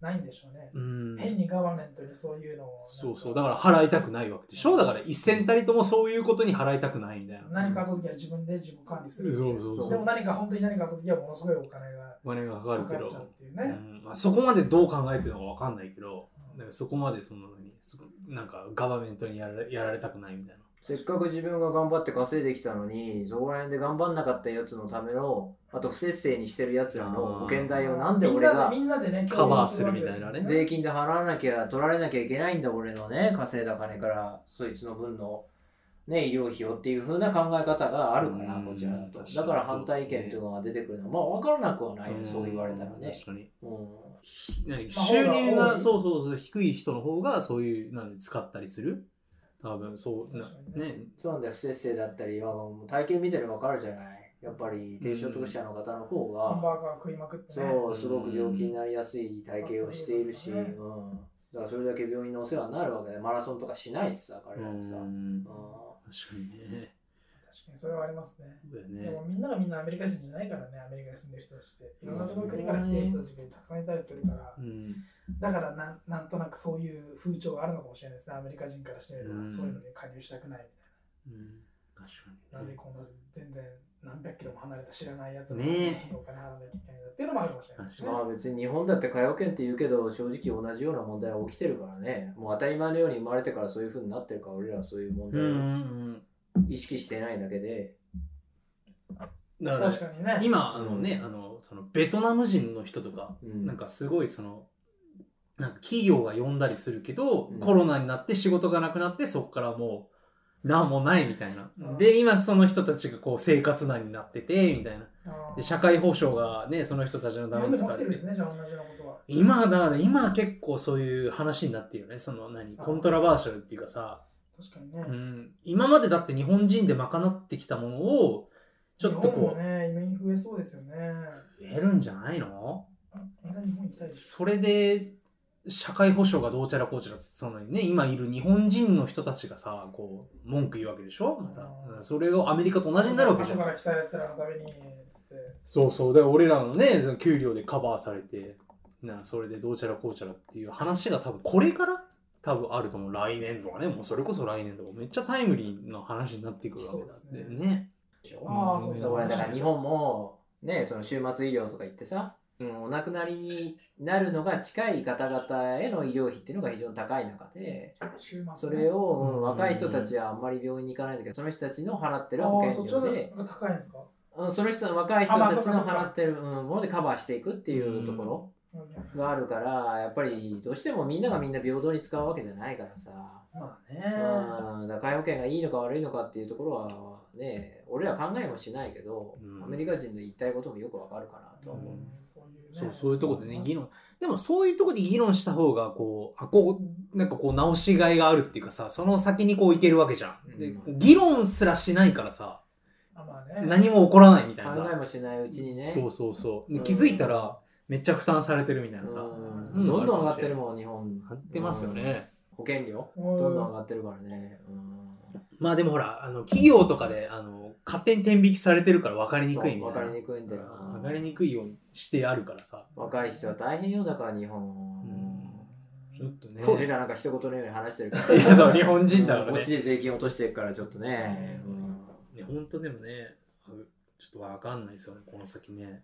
[SPEAKER 1] ないんでしょうね。変にガバメントにそういうのを。
[SPEAKER 2] そうそう。だから払いたくないわけでしょ。だから一銭たりともそういうことに払いたくないみたいな。
[SPEAKER 1] 何かあった時は自分で自分管理する。
[SPEAKER 2] そうそうそう。
[SPEAKER 1] でも本当に何かあった時はものすごいお金が
[SPEAKER 2] かかるけど。
[SPEAKER 1] かかっちゃうっていうね。
[SPEAKER 2] まあ、そこまでどう考えてるのかわかんないけど、そこまでなんかガバメントにやられたくないみたいな。
[SPEAKER 3] せっかく自分が頑張って稼いできたのに、そこら辺で頑張んなかったやつのための、あと不節制にしてるやつらの保険代をなんで俺が
[SPEAKER 1] みんなでね
[SPEAKER 2] カバーするみたいなね。
[SPEAKER 3] 税金で払わなきゃ取られなきゃいけないんだ俺のね稼いだ金からそいつの分のね医療費をっていう風な考え方があるからこちらだと。だから反対意見というのが出てくるのはまあ分からなくはないよそう言われたらね。
[SPEAKER 2] 確かに。収入がそう低い人の方がそういう使ったりする。多分そうね。
[SPEAKER 3] そうなんだよ不節制だったり体験見てれば分かるじゃない。やっぱり低所得者の方の方が
[SPEAKER 1] ハンバーガー食いまくってね。
[SPEAKER 3] そうすごく病気になりやすい体型をしているし、だからそれだけ病院のお世話になるわけでマラソンとかしないしさ彼らもさ。
[SPEAKER 2] 確かにね。
[SPEAKER 1] 確かにそれはありますね。でもみんながみんなアメリカ人じゃないからね、アメリカに住んでる人たちっていろんなところ国から来てる人たちがたくさんいたりするから、だからなんとなくそういう風潮があるのかもしれないですね。アメリカ人からしてみればそういうのに加入したくないみたいな。
[SPEAKER 2] 確かに。
[SPEAKER 1] なんでこんな全然何百キロも離れた知らないやつがお金払わなきゃいけないっていうのもあるかもしれないですね。
[SPEAKER 3] まあ別に日本だって介護権って言うけど正直同じような問題は起きてるからね。もう当たり前のように生まれてからそういう風になってるから俺らはそういう問題を意識してないだけで。
[SPEAKER 2] だから
[SPEAKER 1] 確かにね。
[SPEAKER 2] 今そのベトナム人の人とか、なんかすごいなんか企業が呼んだりするけど、コロナになって仕事がなくなってそこからもう何もないみたいな。で今その人たちがこう生活難になっててみたいな。で社会保障がねその人たちのために使って。今だから今結構そういう話になってるよね。コントラバーシャルっていうかさ。
[SPEAKER 1] 確かにね。
[SPEAKER 2] 今までだって日本人で賄ってきたものをちょっとこう
[SPEAKER 1] ね、今に増えそうですよね。
[SPEAKER 2] 得るんじゃないの？
[SPEAKER 1] 日本行きたいです。
[SPEAKER 2] それで社会保障がどうちゃらこうちゃら今いる日本人の人たちがさこう文句言うわけでしょ。またそれをアメリカと同じになるわけじゃん。
[SPEAKER 1] 後から来たやつらのために
[SPEAKER 2] そうで俺らのね給料でカバーされてそれでどうちゃらこうちゃらっていう話が多分これから多分あると思う。来年とかね、もうそれこそ来年とかめっちゃタイムリーな話になってくるわけだってね。
[SPEAKER 3] そうだから日本もね、その終末医療とか言ってさ、お亡くなりになるのが近い方々への医療費っていうのが非常に高い中で、それを、若い人たちはあんまり病院に行かないんだけど、その人たちの払ってる保険料で、
[SPEAKER 1] 高いんですか？
[SPEAKER 3] その人の若い人たちの払ってるものでカバーしていくっていうところがあるから、やっぱりどうしてもみんながみんな平等に使うわけじゃないからさ。
[SPEAKER 1] まあね。
[SPEAKER 3] だから介保険がいいのか悪いのかっていうところはね、俺ら考えもしないけど、アメリカ人の言いたいこともよくわかるかなと思う。
[SPEAKER 2] そういうところでね議論。でもそういうところで議論した方がなんか直しがいがあるっていうかさ、その先にいけるわけじゃん。で議論すらしないからさ。何も起こらないみたいなさ。
[SPEAKER 3] 考えもしないうちにね。
[SPEAKER 2] そう気づいたらめっちゃ負担されてるみたいなさ。
[SPEAKER 3] どんどん上がってるもん日本。
[SPEAKER 2] 上がってますよね。
[SPEAKER 3] 保険料どんどん上がってるからね。
[SPEAKER 2] まあでもほら企業とかで勝手に転引きされてるから分かりにくいみたいな。
[SPEAKER 3] 分かりにくいんだよ。
[SPEAKER 2] 分かりにくいようにしてあるからさ。
[SPEAKER 3] 若い人は大変よだから日本。
[SPEAKER 2] ちょっとね。
[SPEAKER 3] 俺らなんか一言のように話してるか
[SPEAKER 2] ら。いやそう日本人だからね。
[SPEAKER 3] こっちで税金落としてるからちょっとね。
[SPEAKER 2] 本当でもね、ちょっと分かんないですよねこの先ね。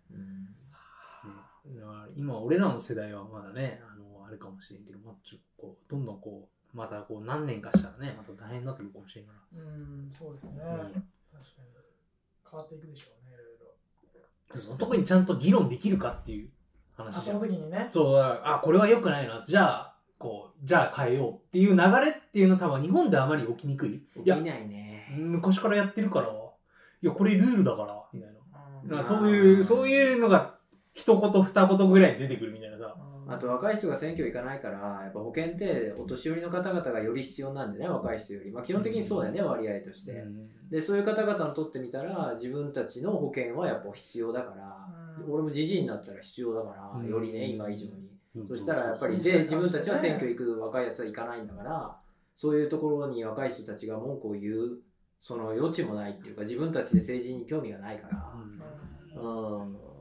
[SPEAKER 2] 今俺らの世代はまだねあれかもしれんけど、ちょっとどんどんまた何年かしたらねまた大変になってくるかもしれんから。
[SPEAKER 1] そうですね。確かに変わっていくでしょうねいろいろ。
[SPEAKER 2] そのとこにちゃんと議論できるかっていう話じゃん。
[SPEAKER 1] その時にね。
[SPEAKER 2] これは良くないな。じゃあ変えようっていう流れっていうのは多分日本であまり起きにくい。
[SPEAKER 3] 起きないね。
[SPEAKER 2] 昔からやってるから。いやこれルールだからみたいな。そういうのが一言二言ぐらい出てくるみたいなさ。
[SPEAKER 3] あと若い人が選挙行かないからやっぱ保険ってお年寄りの方々がより必要なんでね、若い人より。基本的にそうだよね、割合として。でそういう方々にとってみたら自分たちの保険はやっぱ必要だから、俺もじじいになったら必要だから、よりね今以上に。そしたらやっぱり自分たちは選挙行く若いやつは行かないんだから、そういうところに若い人たちが文句を言うその余地もないっていうか、自分たちで政治に興味がないから、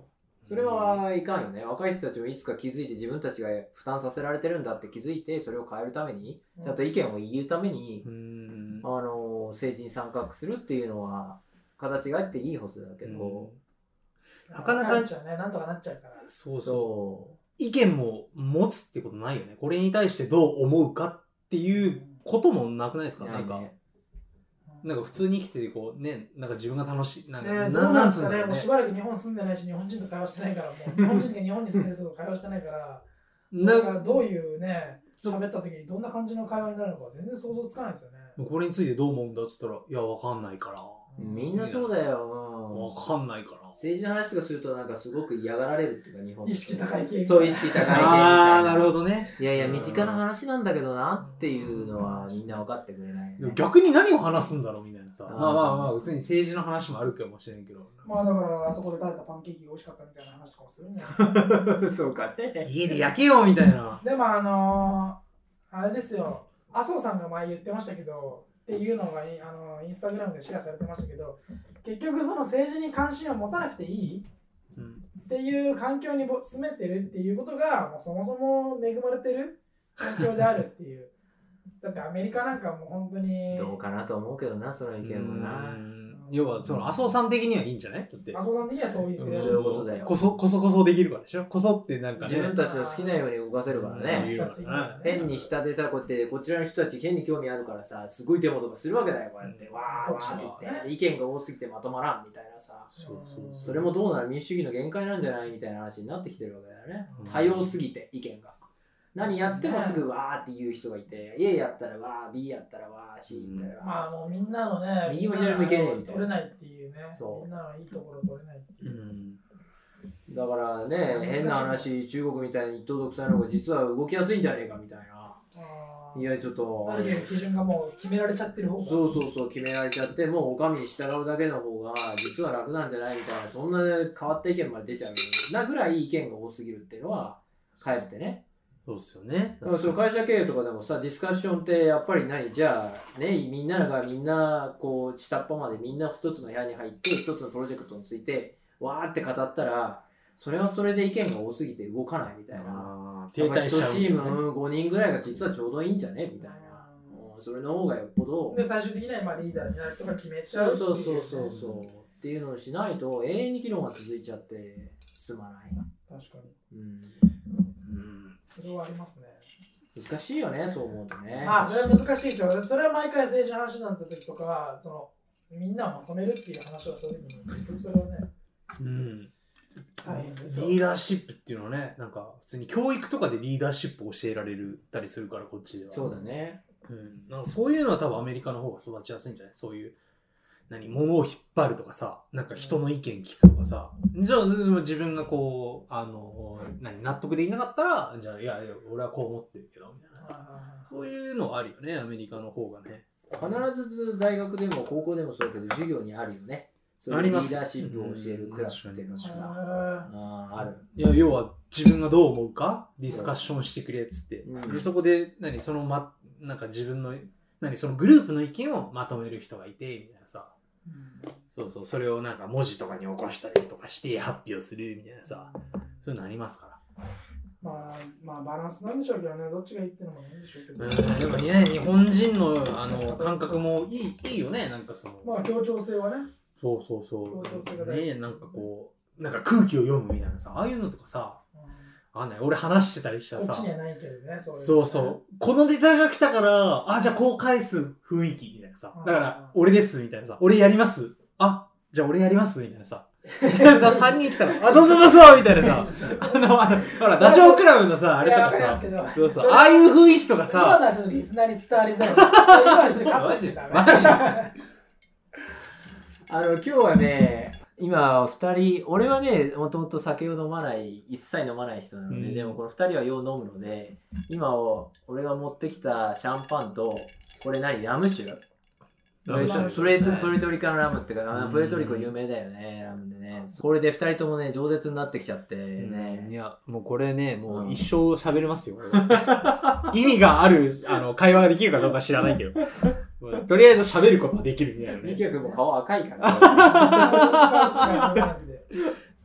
[SPEAKER 3] それはいかんよね。若い人たちもいつか気づいて自分たちが負担させられてるんだって気づいて、それを変えるために、ちゃんと意見を言うために、政治に参画するっていうのは形があっていいはずだけど、
[SPEAKER 1] なかなかなんとかなっちゃうから。
[SPEAKER 2] そうそう。意見も持つってことないよね。これに対してどう思うかっていうこともなくないですか？なんか普通に生きてこうね、なんか自分が楽しい。
[SPEAKER 1] どうなんですかね。もうしばらく日本住んでないし、日本人と会話してないから、もう日本人が日本に住んでる人と会話してないから、それがどういうね、喋った時にどんな感じの会話になるのか全然想像つかないですよね。
[SPEAKER 2] これについてどう思うんだっつったら、いや、わかんないから。
[SPEAKER 3] みんなそうだよ。
[SPEAKER 2] わかんないから。
[SPEAKER 3] 政治の話とかするとなんかすごく嫌がられるっていうか、日本
[SPEAKER 1] 意識高い系。
[SPEAKER 3] そう、意識高い系みたいな。
[SPEAKER 2] ああ、なるほどね。
[SPEAKER 3] いやいや、身近な話なんだけどなっていうのはみんな分かってくれない、ね。
[SPEAKER 2] 逆に何を話すんだろうみたいなさ。まあ、別に政治の話もあるかもしれんけど。
[SPEAKER 1] まあだから、あそこで食べたパンケーキが美味しかったみたいな話とかもするんじゃないですか。
[SPEAKER 3] そうかね。
[SPEAKER 2] 家で焼けよみたいな。
[SPEAKER 1] でもあれですよ、麻生さんが前言ってましたけど、っていうのがインスタグラムでシェアされてましたけど、結局その政治に関心を持たなくていい、っていう環境に住めてるっていうことがもうそもそも恵まれてる環境であるっていう。だってアメリカなんかもう本当に
[SPEAKER 3] どうかなと思うけどな、その意見もな。
[SPEAKER 2] 要はその麻生さん的にはいいんじゃない？だって
[SPEAKER 1] 麻生さん的にはそう言ってる。
[SPEAKER 3] そういうことだよ。
[SPEAKER 2] こそできるからでしょ。こそってなんかね。
[SPEAKER 3] 自分たちの好きなように動かせるからね。変に下でさ、こうやってこちらの人たち変に興味あるからさ、すごいデモとかするわけだよ、こうやって。わーわーって言って、意見が多すぎてまとまらんみたいなさ。それもどうなる、民主主義の限界なんじゃないみたいな話になってきてるわけだよね。多様すぎて意見が。何やってもすぐわーって言う人がいて、A やったらわー、B やったらわー、C やったらわー。
[SPEAKER 1] まあもうみんなのね、
[SPEAKER 3] 右も左もいけねえみたいな。
[SPEAKER 1] 取れないっていうね。みんなのいいところ取れないっていう。
[SPEAKER 3] だからね、変な話、中国みたいに一党独裁の方が実は動きやすいんじゃねえかみたいな。いや、ちょっと。
[SPEAKER 1] ある程度基準がもう決められちゃってる方が。
[SPEAKER 3] そう、決められちゃって、もうお上に従うだけの方が実は楽なんじゃないみたいな、そんな変わった意見まで出ちゃうなぐらい意見が多すぎるっていうのは、かえってね。
[SPEAKER 2] そうですよね。
[SPEAKER 3] だからその会社経営とかでもさ、ディスカッションってやっぱりじゃあね、みんながみんなこう下っ端までみんな一つの部屋に入って一つのプロジェクトについてわーって語ったら、それはそれで意見が多すぎて動かないみたいな。
[SPEAKER 2] 停滞しちゃう、
[SPEAKER 3] 1チーム5人ぐらいが実はちょうどいいんじゃねみたいな。それの方がよっぽど。
[SPEAKER 1] で、最終的にはリーダーになるとか決めちゃう。
[SPEAKER 3] そうっていうのをしないと永遠に議論が続いちゃって進まない。
[SPEAKER 1] 確かに。それはありますね。
[SPEAKER 3] 難しいよね、そう思うとね。
[SPEAKER 1] まあ、それは難しいですよ。それは毎回政治の話になった時とかは、みんなをまとめるっていう話をした時に、結局それはね、大変ですよ。
[SPEAKER 2] リーダーシップっていうのはね、なんか普通に教育とかでリーダーシップを教えられたりするから、こっちでは。
[SPEAKER 3] そうだね。
[SPEAKER 2] なんかそういうのは多分アメリカの方が育ちやすいんじゃない？そういう物を引っ張るとかさ、なんか人の意見聞くとかさ、じゃあ自分がこう納得できなかったら、じゃあいや俺はこう思ってるけどみたいな、そういうのはあるよね、アメリカの方がね。
[SPEAKER 3] 必ず大学でも高校でもそうだけど授業にあるよね。そういうリーダーシップを教えるクラスっていうのがさ、ある。
[SPEAKER 2] いや、要は自分がどう思うかディスカッションしてくれっつって、でそこでなんか自分のそのグループの意見をまとめる人がいてみたいなさ、それをなんか文字とかに起こしたりとかして発表するみたいなさ、そういうのありますから。
[SPEAKER 1] まあバランスなんでしょうけどね、どっちがいいってのもいいんでしょうけど、
[SPEAKER 2] でもね、日本人の感覚もいいよね、なんか
[SPEAKER 1] まあ協調性はね。
[SPEAKER 2] そう協調性がね、なんかこうなんか空気を読むみたいなさ、ああいうのとかさ、俺話してたりしたらさ、
[SPEAKER 1] こっちにはないけどね、
[SPEAKER 2] そうこのネタが来たからじゃあこう返す雰囲気みたいなさ、だから俺ですみたいなさ、俺やります、じゃあ俺やりますみたいなさ3人来たらどうぞみたいなさ、ほらダチョウ倶楽部のさあれとかさ、ああいう雰囲気とかさ、
[SPEAKER 1] 今のはちょっとリスナーに伝わりづらい。今のちょっとカットしてたね。
[SPEAKER 3] 今日はね、今2人、俺はね、もともと酒を飲まない、一切飲まない人なので、でもこの2人はよう飲むので、今俺が持ってきたシャンパンと、これラム酒プレトリカのラムっていうか、プエルトリコ有名だよね、ラムでね。これで2人ともね、饒舌になってきちゃってね。
[SPEAKER 2] いや、もうこれね、もう一生喋れますよ。意味がある会話ができるかどうか知らないけど。とりあえず喋ることはできるみたいなね。
[SPEAKER 3] ミキヤ君も顔赤いから。
[SPEAKER 2] い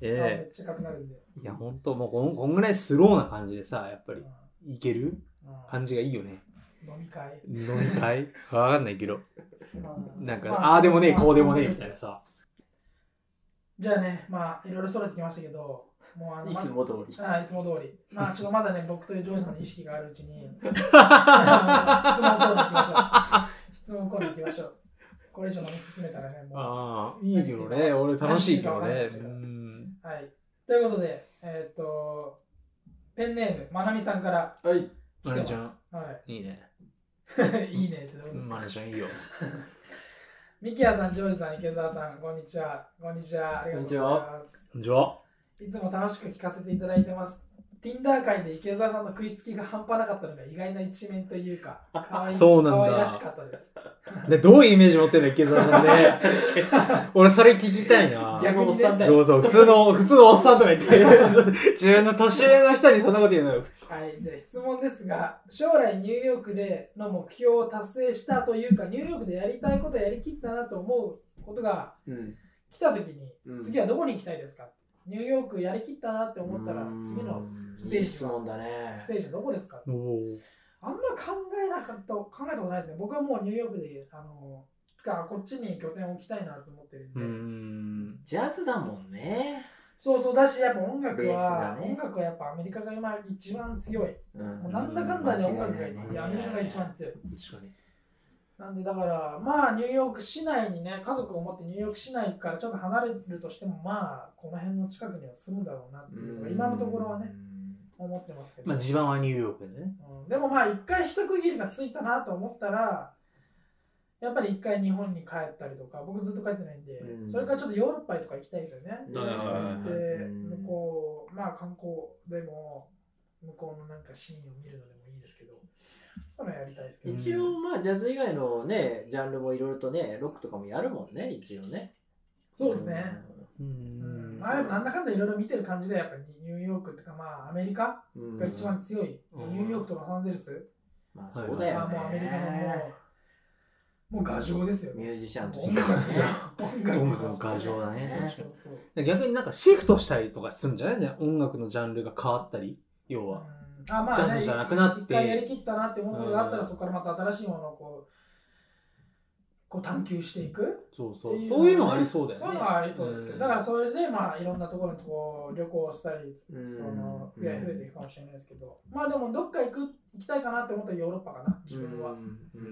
[SPEAKER 1] めっちゃ赤くなるんで。
[SPEAKER 2] いや、ほんと、もうこんぐらいスローな感じでさ、やっぱり、いける感じがいいよね。
[SPEAKER 1] 飲み会
[SPEAKER 2] わかんないけど。なんか、ああでもねえ、こうでもねえみたいなさ。
[SPEAKER 1] じゃあね、まあ、いろいろ揃えてきましたけど、
[SPEAKER 3] もういつも通り。
[SPEAKER 1] いつも通り。まあ、ちょっとまだね、僕というジョージさんの意識があるうちに、質問コーナー行きましょう。これ以上飲み進めたらね、もう。
[SPEAKER 2] ああ、いいけどね、俺楽しいけどね。
[SPEAKER 1] はい。ということで、ペンネーム、まなみさんから来てます。
[SPEAKER 2] まなちゃん。
[SPEAKER 1] はい。
[SPEAKER 2] いいね。
[SPEAKER 1] いいねってどうですか。
[SPEAKER 2] まなちゃんいいよ。
[SPEAKER 1] ミキヤさん、ジョージさん、池澤さん、こんにちは。こんにちは。ありがとうございます。
[SPEAKER 2] こんにちは。
[SPEAKER 1] いつも楽しく聞かせていただいてます。Tinder 界で池澤さんの食いつきが半端なかったのが意外な一面というか、
[SPEAKER 2] そうなんだ。
[SPEAKER 1] 可愛らしかったです。
[SPEAKER 2] で、どういうイメージ持ってるの池澤さんね。俺それ聞きたいな。
[SPEAKER 3] おっさんだ
[SPEAKER 2] よ。そう、普通のおっさんとか言って、自分の年上の人にそんなこと言うのよ。
[SPEAKER 1] はい、じゃあ質問ですが、将来ニューヨークでの目標を達成したというか、ニューヨークでやりたいことやりきったなと思うことが来たときに、次はどこに行きたいですか。ニューヨークやりきったなって思ったら、次のステージはどこですか。あんま考えたことないですね。僕はもうニューヨークでこっちに拠点を置きたいなと思ってるんで。
[SPEAKER 3] ジャズだもんね。
[SPEAKER 1] そうだし、やっぱ音楽はやっぱアメリカが今一番強い。もうなんだかんだで音楽がアメリカが一番強い。
[SPEAKER 2] 確かに。
[SPEAKER 1] なんでだからまあニューヨーク市内にね、家族を持ってニューヨーク市内からちょっと離れるとしても、まあこの辺の近くには住むだろうなっていうのが今のところはね思ってますけど。
[SPEAKER 2] まあ地盤はニューヨークでね。
[SPEAKER 1] でもまあ一回一区切りがついたなと思ったら、やっぱり一回日本に帰ったりとか、僕ずっと帰ってないんで、それからちょっとヨーロッパとか行きたいですよね。で、向こう、まあ観光でも向こうのなんかシーンを見るのでもいいですけど、そういうのやりたいですけど。
[SPEAKER 3] 一応まあジャズ以外のね、ジャンルもいろいろとね、ロックとかもやるもんね、一応ね。
[SPEAKER 1] そうですね。なんだかんだいろいろ見てる感じで、やっぱりニューヨークっていうか、まあアメリカが一番強い。ニューヨークとロサンゼルス。
[SPEAKER 3] まあそうだよね。
[SPEAKER 1] もうアメリカのもう画像ですよね。
[SPEAKER 3] ミュージシャンと
[SPEAKER 2] して音楽の画像だね。逆になんかシフトしたりとかするんじゃない？音楽のジャンルが変わったり、要は。ジャズじゃなくなって。
[SPEAKER 1] 一回やりきったなって思うことがあったら、そこからまた新しいものをこう探求していく。
[SPEAKER 2] そういうのはありそうだよね。
[SPEAKER 1] そういうのはありそうですけど、だからそれでまあいろんなところにこう旅行したり、増えていくかもしれないですけど、まあでもどっか行きたいかなって思ったらヨーロッパかな、自分は。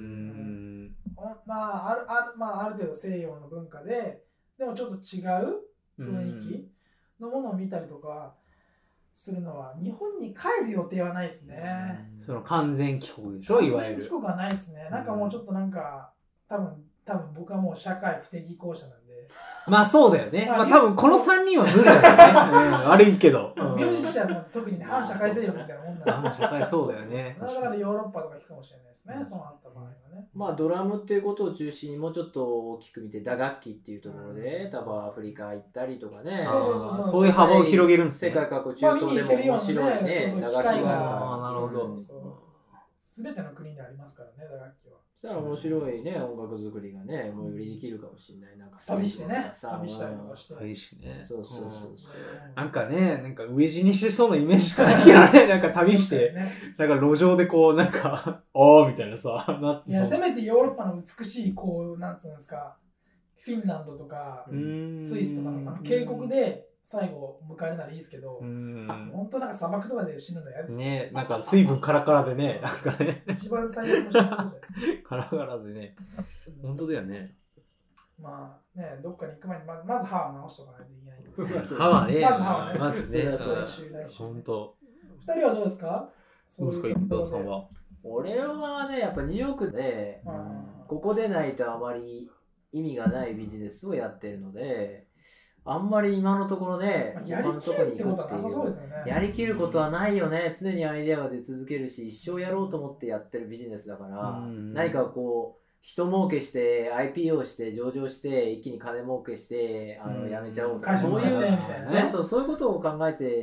[SPEAKER 1] まあある程度西洋の文化で、でもちょっと違う雰囲気のものを見たりとかするのは、日本に帰る予定はないですね。
[SPEAKER 2] その完全帰国でしょ、いわゆる。
[SPEAKER 1] 完全帰国はないですね。なんかもうちょっとなんか多分僕はもう社会不適合者なんで。
[SPEAKER 2] まあそうだよね。まあ多分この3人は無理だよね。悪いけど。
[SPEAKER 1] ミュージシャンなんて特に反社会勢力みたいなもんだ
[SPEAKER 2] 反社会そうだよね。
[SPEAKER 1] だからヨーロッパとか行くかもしれないですね。そうなった場合はね。
[SPEAKER 3] まあドラムっていうことを中心にもうちょっと大きく見て、打楽器っていうところで多分アフリカ行ったりとかね。
[SPEAKER 2] そういう幅を広げるんですね。
[SPEAKER 3] 世界各国中東でも面白いね。打楽器があるから。
[SPEAKER 2] なるほど。
[SPEAKER 1] すべての国にありますからね、打楽器は。
[SPEAKER 3] そしたら面白いね、音楽作りがね、もうよりできるかもしれない。なんか
[SPEAKER 1] 旅してね、旅したりとかして。
[SPEAKER 2] 旅してね。
[SPEAKER 3] そう。
[SPEAKER 2] なんかね、なんか飢え死にしてそうなイメージしかないけどね、なんか旅して、なんか路上でこう、なんか、おーみたいなさ、なって。
[SPEAKER 1] いや、せめてヨーロッパの美しい、こう、なんつうんですか、フィンランドとか、スイスとかの渓谷で、最後迎えるならいいですけど、本当なんか砂漠とかで死ぬの嫌です
[SPEAKER 2] ね。なんか水分カラカラでね、なんかね。
[SPEAKER 1] 一番最悪の死ぬことじゃないですか。
[SPEAKER 2] カラカラでね。本当だよね。
[SPEAKER 1] まあね、どっかに行く前にまず歯は直しとかないといけない。
[SPEAKER 2] 歯はね。
[SPEAKER 1] まず歯はね。
[SPEAKER 2] まずね。
[SPEAKER 1] 来週。
[SPEAKER 2] 本当。
[SPEAKER 1] 2人はどうですか？
[SPEAKER 2] そうですか、伊藤さんは。
[SPEAKER 3] 俺はね、やっぱニューヨークで、ここでないとあまり意味がないビジネスをやってるので、あんまり今のところね、
[SPEAKER 1] やりきるってことはなさそうですよね。
[SPEAKER 3] やりきることはないよね。常にアイデアが出続けるし、一生やろうと思ってやってるビジネスだから、何かこう、人儲けして、IPO して、上場して、一気に金儲けして、やめちゃおうとか、そういうことを考えて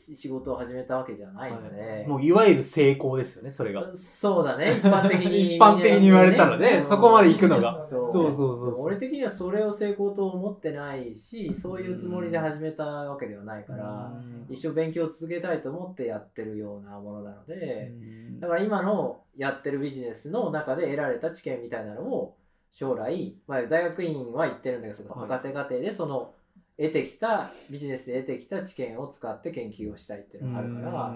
[SPEAKER 3] 仕事を始めたわけじゃないので、
[SPEAKER 2] もういわゆる成功ですよね、それが。
[SPEAKER 3] そうだね、一般的に
[SPEAKER 2] 一般的に言われたらね、そこまで行くのが。
[SPEAKER 3] そう俺的にはそれを成功と思ってないし、そういうつもりで始めたわけではないから、一生勉強を続けたいと思ってやってるようなものなので、だから今のやってるビジネスの中で得られた知見みたいなのを将来、大学院は行ってるんだけど、博士課程でそのビジネスで得てきた知見を使って研究をしたいっていうのがあるから、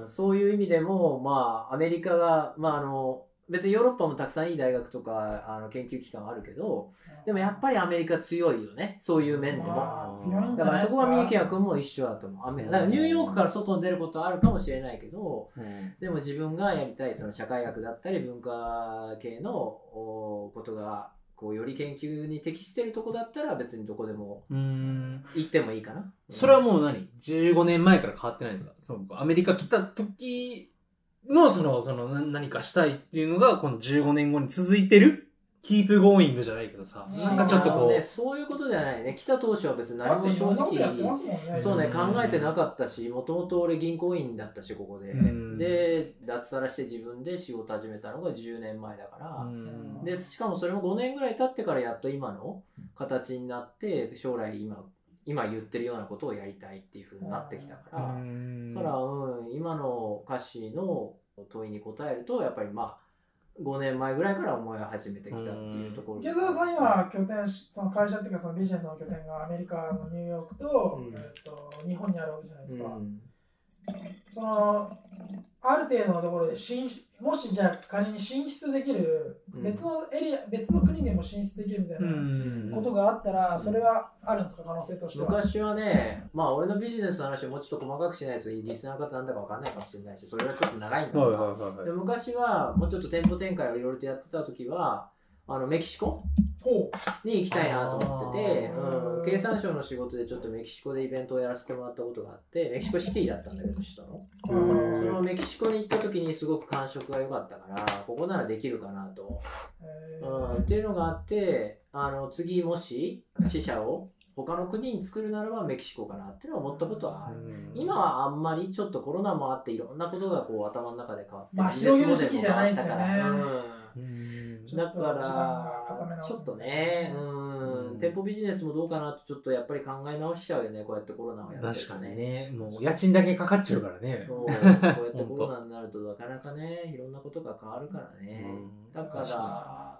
[SPEAKER 3] そういう意味でも、アメリカが、別にヨーロッパもたくさんいい大学とか研究機関はあるけど、でもやっぱりアメリカ強いよね、そういう面でも。だからそこは三池谷君も一緒だと思う。だからニューヨークから外に出ることはあるかもしれないけど、でも自分がやりたいその社会学だったり文化系のことがより研究に適しているとこだったら別にどこでも行ってもいいかな。
[SPEAKER 2] それはもう15年前から変わってないですか？アメリカ来た時のその何かしたいっていうのがこの15年後に続いてる？キープゴーイングじゃないけどさ、なんかちょっと
[SPEAKER 3] そういうことではないね。来た当初は別に何も正直そうね、考えてなかったし、もともと俺銀行員だったし、ここで。で、脱サラして自分で仕事始めたのが10年前だから、で、しかもそれも5年ぐらい経ってからやっと今の形になって、将来今言ってるようなことをやりたいっていう風になってきたから、今の歌詞の問いに答えると、やっぱり5年前ぐらいから思い始めてきたっていうところ。
[SPEAKER 1] 池澤さん今拠点、その会社っていうかそのビジネスの拠点がアメリカのニューヨークと、日本にあるわけじゃないですか。そのある程度のところでもしじゃあ仮に進出できる別のエリア、別の国でも進出できるみたいなことがあったら、それはあるんですか、可能性としては。
[SPEAKER 3] 昔はね、俺のビジネスの話をもうちょっと細かくしないとリスナーの方なんだか分かんないかもしれないし、それはちょっと長いんだけど、で昔はもうちょっと店舗展開をいろいろとやってた時はメキシコに行きたいなと思ってて、経産省の仕事でちょっとメキシコでイベントをやらせてもらったことがあって、メキシコシティだったんだけど、首都の。そのメキシコに行った時にすごく感触が良かったから、ここならできるかなと。っていうのがあって、次もし支社を他の国に作るならばメキシコかなっていうのを思ったことはある。今はあんまりちょっとコロナもあっていろんなことが頭の中で変わって、
[SPEAKER 1] 広げる時期じゃないですよね。
[SPEAKER 3] だからちょっとね、店舗ビジネスもどうかなとちょっとやっぱり考え直しちゃうよね、こうやってコロナをやってるとね。
[SPEAKER 2] 確かにね、もう家賃だけかかっちゃうからね。
[SPEAKER 3] そう、こうやってコロナになるとなかなかね、いろんなことが変わるからね。だから、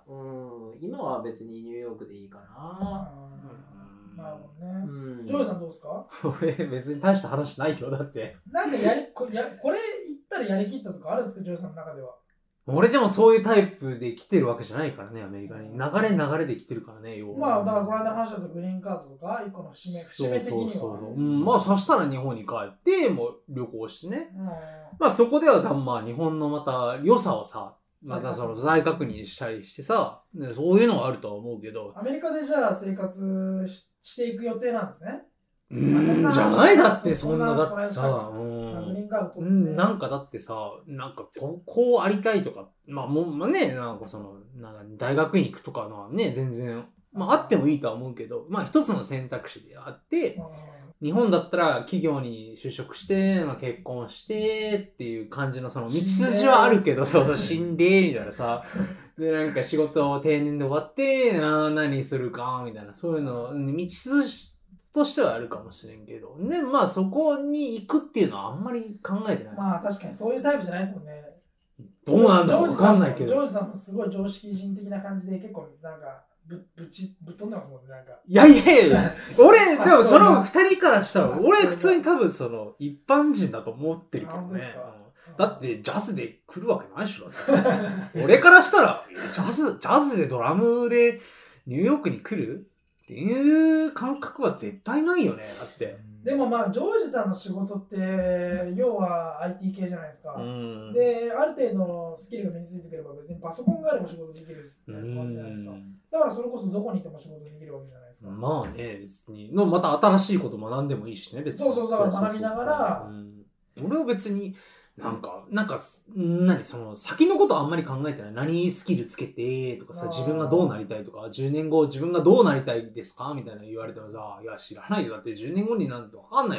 [SPEAKER 3] 今は別にニューヨークでいいかな。
[SPEAKER 1] なるほどね。ジョージさんどうですか？
[SPEAKER 2] 俺別に大した話ないよ、だって。
[SPEAKER 1] なんかこれ言ったらやりきったとかあるんですか、ジョージさんの中では。
[SPEAKER 2] 俺でもそういうタイプで来てるわけじゃないからね、アメリカに。流れで来てるからね、要
[SPEAKER 1] は。だからこの間の話だとグリーンカードとか、一個の節目的に
[SPEAKER 2] は。そしたら日本に帰って、もう旅行してね。そこでは日本のまた良さをさ、またその再確認したりしてさ、そういうのはあるとは思うけど。
[SPEAKER 1] アメリカでじゃあ生活していく予定なんですね。
[SPEAKER 2] じゃないだってそんなだってさ、なんかだってさ、なんかこうありたいとか、ね、なんか大学に行くとかのはね、全然、あってもいいとは思うけど、一つの選択肢であって、日本だったら企業に就職して、結婚してっていう感じのその道筋はあるけど、死んで、みたいなさ、で、なんか仕事を定年で終わって、何するか、みたいな、そういうの、道筋としてはあるかもしれんけど、ね、そこに行くっていうのはあんまり考えてない。
[SPEAKER 1] 確かにそういうタイプじゃないですもんね。
[SPEAKER 2] どうなんだろう、わかんないけど。
[SPEAKER 1] ジョージさんもすごい常識人的な感じで結構なんかぶっ飛んでますもんね、なんか。
[SPEAKER 2] いや、俺、でもその二人からしたら、俺普通に多分一般人だと思ってるけどね。だってジャズで来るわけないでしょ。俺からしたら、ジャズでドラムでニューヨークに来るっていう感覚は絶対ないよね、だって。
[SPEAKER 1] でもジョージさんの仕事って要は IT 系じゃないですか。で、ある程度のスキルが身についてくれば別にパソコンがあれば仕事できるわけじゃないですか。だからそれこそどこにいても仕事できるわけじゃないですか。
[SPEAKER 2] 別にまた新しいこと学んでもいいしね、別に。
[SPEAKER 1] だから学びながら、
[SPEAKER 2] 俺は別になんかその先のことあんまり考えてない。何スキルつけてとかさ、自分がどうなりたいとか、10年後自分がどうなりたいですかみたいな言われてもさ、いや知らないよ。だって10年後になんてわかんないよ、そんなのっ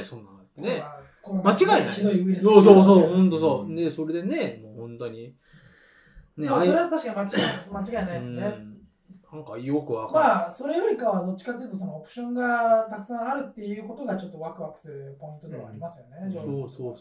[SPEAKER 2] ね。間違いない。
[SPEAKER 1] ひどいウイルス。
[SPEAKER 2] そうそうそう、ほんとそう。で、それでね、もう本当に。
[SPEAKER 1] ね、それは確かに間違いないですね。
[SPEAKER 2] なんかよくわかる。
[SPEAKER 1] まあそれよりかはどっちかというとそのオプションがたくさんあるっていうことがちょっとワクワクするポイントではありますよね。
[SPEAKER 2] そう。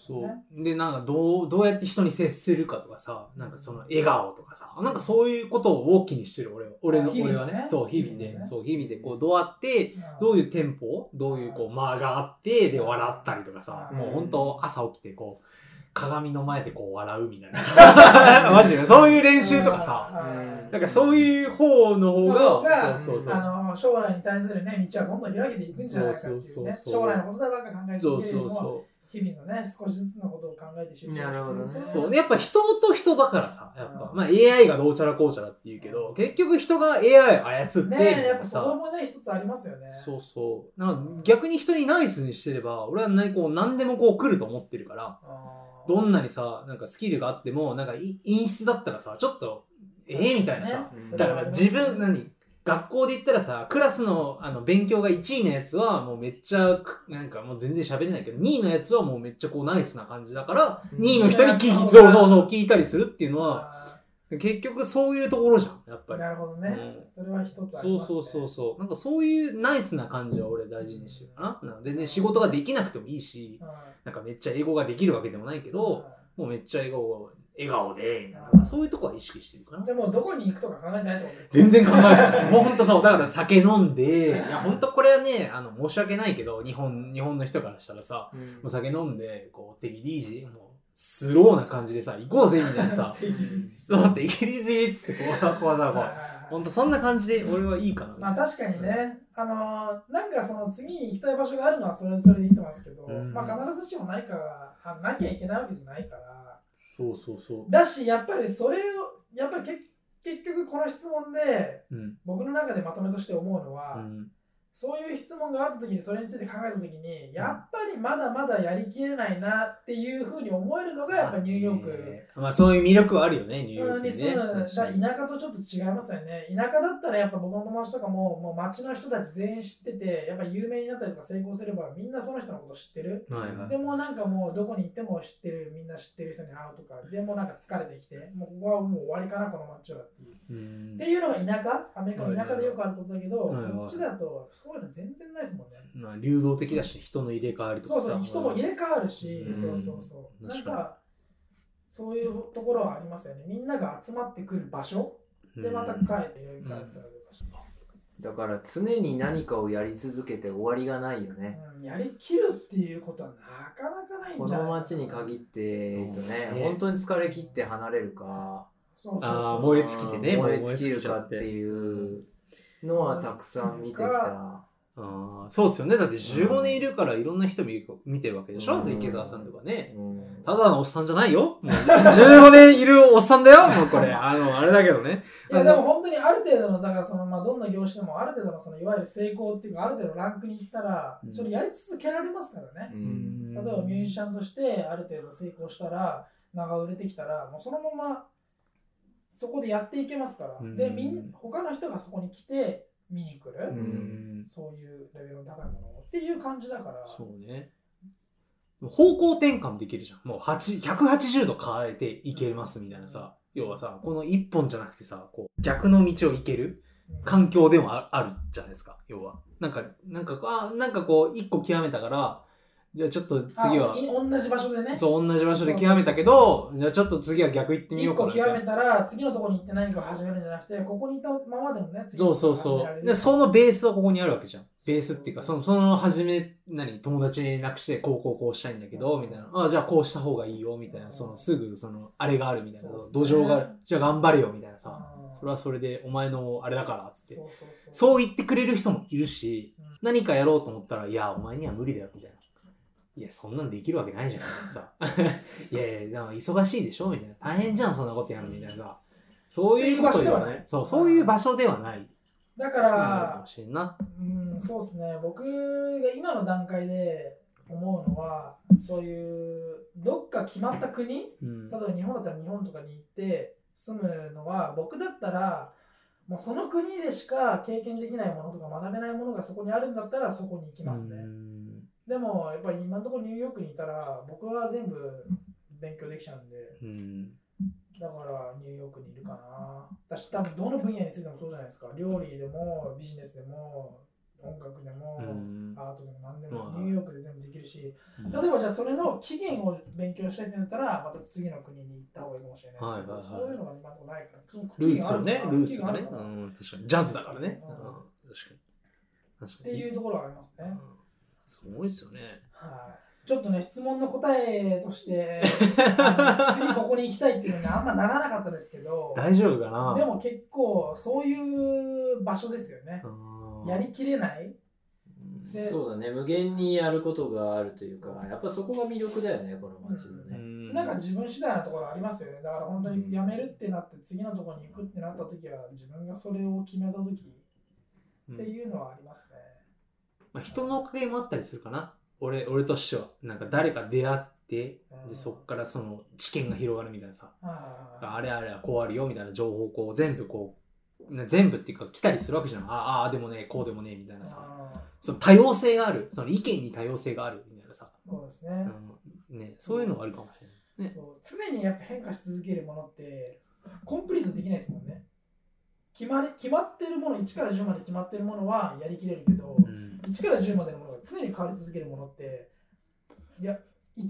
[SPEAKER 2] でなんかどうやって人に接するかとかさ、なんかその笑顔とかさ、なんかそういうことを大きにしてる俺はね。そう日々でこうどうやってどういうテンポ、どういうこう間があってで笑ったりとかさ、もう本当朝起きてこう。鏡の前でこう笑うみたいなマジでそういう練習とかさ、なんかそういう方の方が
[SPEAKER 1] そう将来に対するね道はどんどん開けていくんじゃないかっていうね、将来のことだけ考え続けるよりも日々のね少しずつのことを考えて集中して、
[SPEAKER 3] なるほどね。
[SPEAKER 2] そうやっぱ人と人だからさ、やっぱまあ AI がどうちゃらこうちゃらって言うけど、結局人が AI 操って
[SPEAKER 1] ね、やっぱそこもね一つありますよね。
[SPEAKER 2] そうなんか逆に人にナイスにしてれば俺はこう何でもこう来ると思ってるから。どんなにさ、なんかスキルがあっても、なんか陰湿だったらさ、ちょっと、みたいなさ、だから自分、学校で言ったらさ、クラスの勉強が1位のやつはもうめっちゃ、なんかもう全然喋れないけど、2位のやつはもうめっちゃこうナイスな感じだから、2位の人に聞いたりするっていうのは、結局そういうところじゃん、やっぱり。
[SPEAKER 1] なるほどね。それは一つありますね。
[SPEAKER 2] そう。なんかそういうナイスな感じは俺大事にしてるかな。全然仕事ができなくてもいいし、なんかめっちゃ英語ができるわけでもないけど、もうめっちゃ笑顔で、そういうとこは意識してるかな。
[SPEAKER 1] じゃあもうどこに行くとか考えてないってことですか？
[SPEAKER 2] 全然考えない。もうほんとそう。だから酒飲んで、いやほんとこれはね、申し訳ないけど、日本の人からしたらさ、もう酒飲んで、こう、テキリージもうスローな感じでさ、行こうぜみたいなさ、そう、テキリージーっつってこうさ、ほんとそんな感じで俺はいいかな。
[SPEAKER 1] まあ確かにね、なんかその次に行きたい場所があるのはそれで言ってますけど、まあ必ずしも何かがなきゃいけないわけじゃないから。
[SPEAKER 2] そう
[SPEAKER 1] だし、やっぱりそれを、やっぱり結局この質問で、僕の中でまとめとして思うのは、そういう質問があった時にそれについて考えた時にやっぱりまだまだやりきれないなっていうふうに思えるのがやっぱニューヨーク、
[SPEAKER 2] まあそういう魅力はあるよね、ニューヨーク
[SPEAKER 1] に住む。田舎とちょっと違いますよね。田舎だったらやっぱ僕の友達とかもう町の人たち全員知ってて、やっぱ有名になったりとか成功すればみんなその人のこと知ってる、でもなんかもうどこに行っても知ってる、みんな知ってる人に会うとかでもなんか疲れてきて、もうここはもう終わりかなこの町はっていう、っていうのが田舎、アメリカの田舎でよくあることだけど、こっちだとそういうの全然ないですもんね。
[SPEAKER 2] まあ、流動的だし、人の入れ替わりとかさ。
[SPEAKER 1] そう、人も入れ替わるし、そう。なんか、そういうところはありますよね。みんなが集まってくる場所でまた帰ってやるから。
[SPEAKER 3] だから常に何かをやり続けて終わりがないよね。
[SPEAKER 1] やりきるっていうことはなかなかないんじゃないかな。
[SPEAKER 3] この街に限って本当に疲れ切って離れるか、
[SPEAKER 2] 燃え尽きてね、
[SPEAKER 3] 燃え尽きるかっていうのはたくさん見てきた。
[SPEAKER 2] そうですよね。だって15年いるからいろんな人見てるわけでしょ、池澤さんとかね。ただのおっさんじゃないよ。もう15年いるおっさんだよ。もうこれあれだけどね。
[SPEAKER 1] いやでも本当にある程度の、だからそのどんな業種でもある程度のそのいわゆる成功っていうかある程度ランクに行ったらそれやり続けられますからね。例えばミュージシャンとしてある程度成功したら名が売れてきたらもうそのままそこでやっていけますから。で他の人がそこに来て見に来る、そういうレベルの高いものっていう感じだから。
[SPEAKER 2] そうね。方向転換できるじゃん。もう180度変えていけますみたいなさ。要はさ、この一本じゃなくてさ、こう逆の道を行ける環境でもあるじゃないですか。要はなんかこう一個極めたから。じゃあちょっと次は
[SPEAKER 1] 同じ場所でね。
[SPEAKER 2] そう、同じ場所で極めたけど、じゃあちょっと次は逆行ってみようかな。
[SPEAKER 1] 一個極めたら次のところに行って何かを始めるんじゃなくて、ここにいたままでもね、
[SPEAKER 2] 次のところに始められる。で、そのベースはここにあるわけじゃん。ベースっていうか、その初め友達になくしてこうしたいんだけどみたいな。じゃあこうした方がいいよみたいな。すぐあれがあるみたいな。土壌がある。じゃあ頑張れよみたいなさ。それはそれでお前のあれだからっつって。そう言ってくれる人もいるし、何かやろうと思ったら、いやお前には無理だよみたいな。いや、そんなんできるわけないじゃんさ。いや、忙しいでしょみたいな。大変じゃん、そんなことやるみたいなさ。そういう場所ではない。そういう場所ではない。
[SPEAKER 1] だから、そうですね。僕が今の段階で思うのは、そういうどっか決まった国、例えば日本だったら日本とかに行って住むのは、僕だったら、もうその国でしか経験できないものとか学べないものがそこにあるんだったらそこに行きますね。 でもやっぱり今のところニューヨークにいたら僕は全部勉強できちゃうんで、だからニューヨークにいるかな。私多分どの分野についてもそうじゃないですか。料理でもビジネスでも音楽でもアートでも何でもニューヨークで全部できるし、例えばじゃあそれの起源を勉強したいってなったらまた次の国に行った方がいいかもしれないですけど、そういうのが今のところないから。
[SPEAKER 2] ルーツよね、ルーツがね。確かに。ジャズだからね。確かに。
[SPEAKER 1] っていうところはありますね。
[SPEAKER 2] すごいですよね。
[SPEAKER 1] はい。ちょっとね、質問の答えとして次ここに行きたいっていうのにあんまならなかったですけど、
[SPEAKER 2] 大丈夫かな。
[SPEAKER 1] でも結構そういう場所ですよね。やりきれない。
[SPEAKER 3] そうだね、無限にやることがあるというか、やっぱそこが魅力だよね、この街のね。
[SPEAKER 1] なんか自分次第なところありますよね。だから本当に辞めるってなって次のところに行くってなった時は自分がそれを決めた時っていうのはありますね。
[SPEAKER 2] まあ、人のおかげもあったりするかな。俺としてはなんか誰か出会って、でそっからその知見が広がるみたいなさ、あれあれはこうあるよみたいな情報をこう全部全部っていうか来たりするわけじゃん。ああでもねこうでもねみたいなさ、その多様性がある、その意見に多様性があるみたいなさ、
[SPEAKER 1] そうですね。
[SPEAKER 2] ね、そういうのがあるかもしれない、ね。
[SPEAKER 1] そう常にやっぱ変化し続けるものってコンプリートできないですもんね。決まってるもの、1から10まで決まってるものはやりきれるけど、1から10までのものが常に変わり続けるものって、いや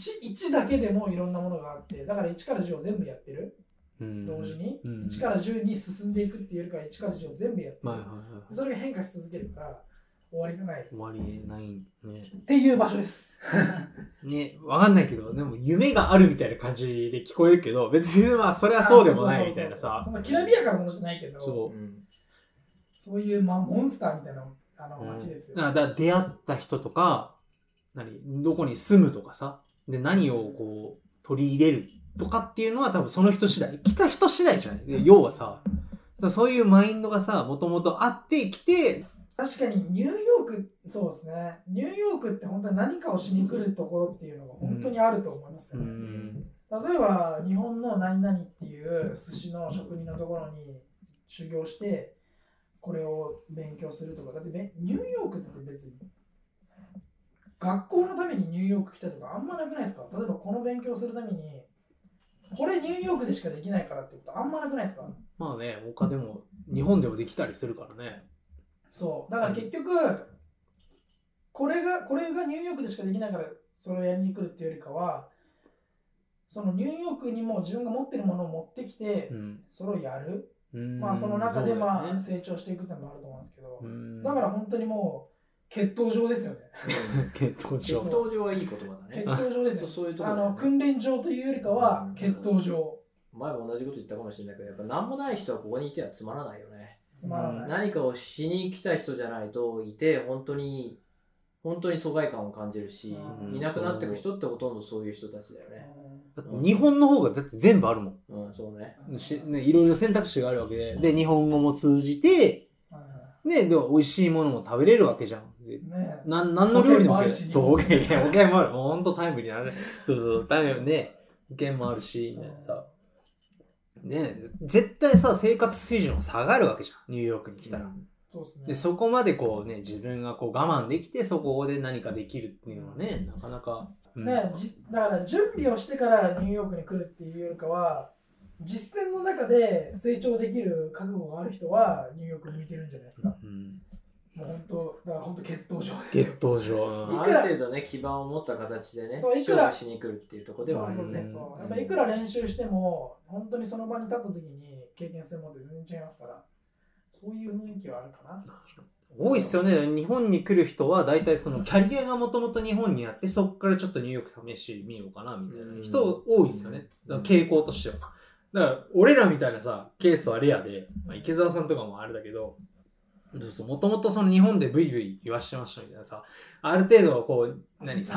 [SPEAKER 1] 1だけでもいろんなものがあって、だから1から10を全部やってる、同時に、1から10に進んでいくっていうよりかは1から10を全部やってる、それが変化し続けるから終わりがない。
[SPEAKER 2] 終わりないね。
[SPEAKER 1] っていう場所です。
[SPEAKER 2] ね、わかんないけど、でも夢があるみたいな感じで聞こえるけど、別にまあそれはそうでもないみたいなさ。
[SPEAKER 1] そんなきらびやかなものじゃないけど、そういう、まあ、モンスターみたいな街ですよ。
[SPEAKER 2] だから出会った人とか、どこに住むとかさ、で何をこう取り入れるとかっていうのは多分その人次第、来た人次第じゃない。要はさ、そういうマインドがさ、もともとあってきて。
[SPEAKER 1] 確かにニューヨーク、そうですね。ニューヨークって本当に何かをしに来るところっていうのが本当にあると思いますよね。例えば日本の何々っていう寿司の職人のところに修行してこれを勉強するとか、だってニューヨークって別に学校のためにニューヨーク来たとかあんまなくないですか？例えばこの勉強するためにこれニューヨークでしかできないからってことあんまなくないですか？
[SPEAKER 2] まあね、他でも日本でもできたりするからね。
[SPEAKER 1] そうだから結局これがニューヨークでしかできないからそれをやりに来るっていうよりかは、そのニューヨークにも自分が持ってるものを持ってきて、それをやる、まあその中でまあ成長していくってのもあると思うんですけど、だから本当にもう血統上ですよね。
[SPEAKER 2] 血統
[SPEAKER 3] 上はいい言葉だね。
[SPEAKER 1] 血統上ですよ。
[SPEAKER 3] そういうところ、
[SPEAKER 1] 訓練上というよりかは血統上。
[SPEAKER 3] 前も同じこと言ったかもしれないけど、やっぱ何もない人はここにいてはつまらないよね。
[SPEAKER 1] つまらない。
[SPEAKER 3] 何かをしに来た人じゃないといて本当に疎外感を感じるし、いなくなっていく人ってほとんどそういう人たちだよね。
[SPEAKER 2] 日本の方がだって全部あるもん。
[SPEAKER 3] そうね。
[SPEAKER 2] いろいろ選択肢があるわけで、で日本語も通じて、で美味しいものも食べれるわけじゃん。何の料理でもあるし、そう、保険もある。もう本当タイムリーなね。そうタイムリーね、保険もあるし、みたいなさ。ね、絶対さ生活水準も下がるわけじゃん、ニューヨークに来たら。
[SPEAKER 1] そうですね。
[SPEAKER 2] でそこまでこうね自分がこう我慢できてそこで何かできるっていうのはね、なかなか、
[SPEAKER 1] ね、だから準備をしてからニューヨークに来るっていうよりかは実践の中で成長できる覚悟がある人はニューヨークに向いてるんじゃないですか。もう本当だから本当血統上ですよ。
[SPEAKER 2] 血統上。
[SPEAKER 3] ある程度ね基盤を持った形でね勝負しに来るっていうところではあるよね。
[SPEAKER 1] やっぱいくら練習しても本当にその場に立った時に経験するものって全然違いますから、そういう雰囲気はあるかな。
[SPEAKER 2] 多いっすよね。日本に来る人は大体そのキャリアがもともと日本にあってそこからちょっとニューヨーク試してみようかなみたいな人多いっすよね。傾向としては。だから俺らみたいなさケースはレアで、池澤さんとかもあれだけど、もともとその日本でブイブイ言わしてましたみたいなさ、ある程度こう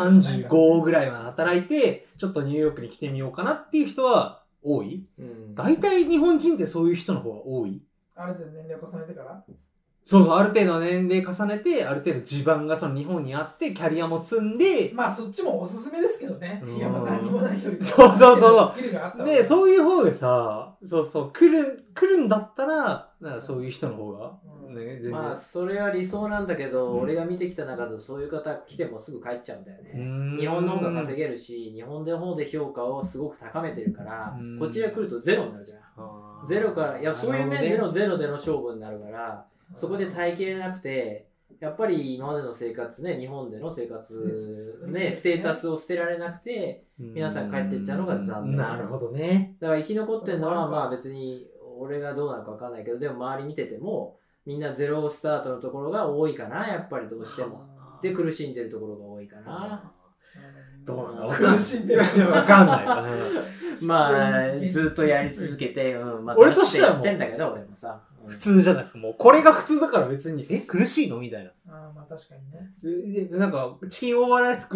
[SPEAKER 2] 35ぐらいまで働いてちょっとニューヨークに来てみようかなっていう人は多い。大体日本人ってそういう人の方が多い。
[SPEAKER 1] ある程度年齢を重ねてから。
[SPEAKER 2] そうそう、ある程度の年齢重ねて、ある程度地盤がその日本にあって、キャリアも積んで、
[SPEAKER 1] まあそっちもおすすめですけどね。いや、まあ何もないより
[SPEAKER 2] そうそうそう。
[SPEAKER 1] スキルがあった
[SPEAKER 2] で、そういう方でさ、そうそう、来るんだったら、なんかそういう人の方が、ね、
[SPEAKER 3] 全然。まあ、それは理想なんだけど、俺が見てきた中でそういう方来てもすぐ帰っちゃうんだよね。日本の方が稼げるし、日本の方で評価をすごく高めてるから、こっちが来るとゼロになるじゃん。ゼロから、いや、そういう面でのゼロでの勝負になるから、そこで耐えきれなくて、やっぱり今までの生活ね、日本での生活ね、ステータスを捨てられなくて、皆さん帰っていっちゃうのが残念。
[SPEAKER 2] なるほどね。
[SPEAKER 3] だから生き残ってるのは、まあ別に俺がどうなるか分かんないけど、でも周り見てても、みんなゼロスタートのところが多いかな、やっぱりどうしても。で、苦しんでるところが多いかな。
[SPEAKER 2] どうなの？苦しんでるわかんないわ。
[SPEAKER 3] まあ、ずっとやり続けて、
[SPEAKER 2] まあ、俺としてはもう、
[SPEAKER 3] ってんだけど、俺もさ。
[SPEAKER 2] 普通じゃないですか。もう、これが普通だから別に、苦しいのみたいな。
[SPEAKER 1] ああ、まあ確かに
[SPEAKER 2] ね。で、なんか、チキンオーバーライス食って、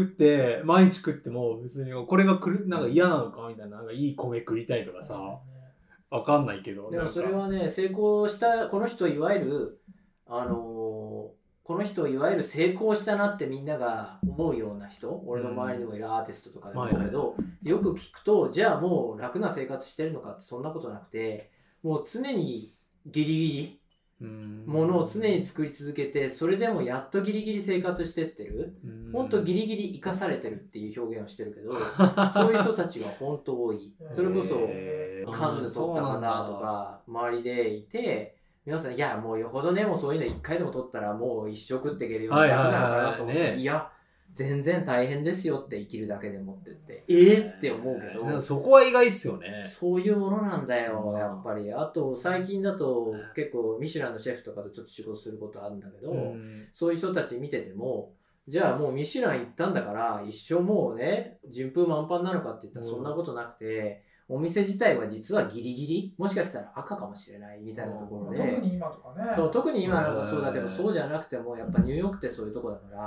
[SPEAKER 2] 毎日食っても、別に、これがなんか嫌なのかみたいな、なんかいい米食いたいとかさ、わかんないけど。
[SPEAKER 3] でもそれはね、成功した、この人いわゆる、この人いわゆる成功したなってみんなが思うような人、俺の周りにもいるアーティストとかでもいるけど、よく聞くと、じゃあもう楽な生活してるのかってそんなことなくて、もう常にギリギリものを常に作り続けて、それでもやっとギリギリ生活してってる、ほんとギリギリ生かされてるっていう表現をしてるけど、そういう人たちが本当多い。それこそカンヌ取った方とか周りでいて、皆さん、いや、もうよほどね、もうそういうの一回でも取ったらもう一生食っていけるようになるのかなと思って、いや、全然大変ですよって生きるだけでもって言って、って思うけど、
[SPEAKER 2] そこは意外っすよね。
[SPEAKER 3] そういうものなんだよ、やっぱり。あと、最近だと結構ミシュランのシェフとかとちょっと仕事することあるんだけど、そういう人たち見てても、じゃあもうミシュラン行ったんだから、一生もうね、順風満帆なのかって言ったらそんなことなくて、お店自体は実はギリギリ、もしかしたら赤かもしれないみたいなところで、
[SPEAKER 1] 特に今とかね。
[SPEAKER 3] そう、特に今なんかそうだけど、そうじゃなくても、やっぱニューヨークってそういうとこだから、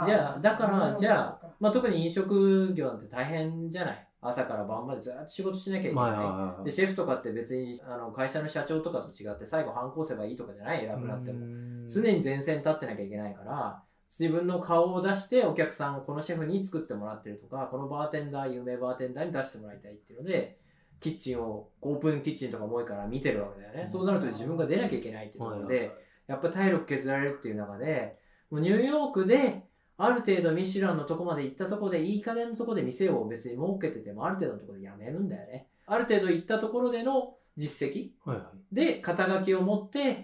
[SPEAKER 3] じゃあ、だから、じゃあ、まあ特に飲食業なんて大変じゃない。朝から晩までずっと仕事しなきゃいけない。で、シェフとかって別に会社の社長とかと違って最後反抗せばいいとかじゃない、偉くなっても。常に前線立ってなきゃいけないから、自分の顔を出してお客さんをこのシェフに作ってもらってるとか、このバーテンダー、有名バーテンダーに出してもらいたいっていうので、キッチンを、オープンキッチンとかも多いから見てるわけだよね。そうなると自分が出なきゃいけないっていうところで、やっぱ体力削られるっていう中で、もうニューヨークで、ある程度ミシュランのとこまで行ったところで、いい加減のところで店を別に設けてても、ある程度のところでやめるんだよね。ある程度行ったところでの実績で、肩書きを持って、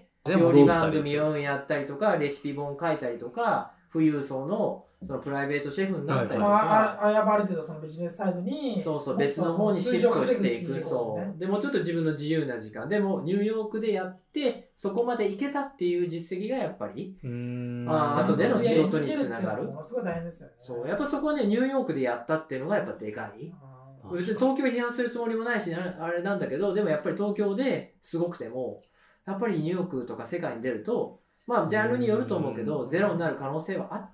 [SPEAKER 3] 料理番組をやったりとか、レシピ本書いたりとか、富裕層のそのプライベートシェフになったりとか、
[SPEAKER 1] ある程度そのビジネスサイドに
[SPEAKER 3] そう別の方にシフトしていく。そうでもうちょっと自分の自由な時間でもニューヨークでやってそこまで行けたっていう実績がやっぱり後での仕事につながる。そうやっぱそこはねニューヨークでやったっていうのがやっぱでかい。別に東京を批判するつもりもないしあれなんだけど、でもやっぱり東京ですごくてもやっぱりニューヨークとか世界に出るとまあジャンルによると思うけどゼロになる可能性はあって、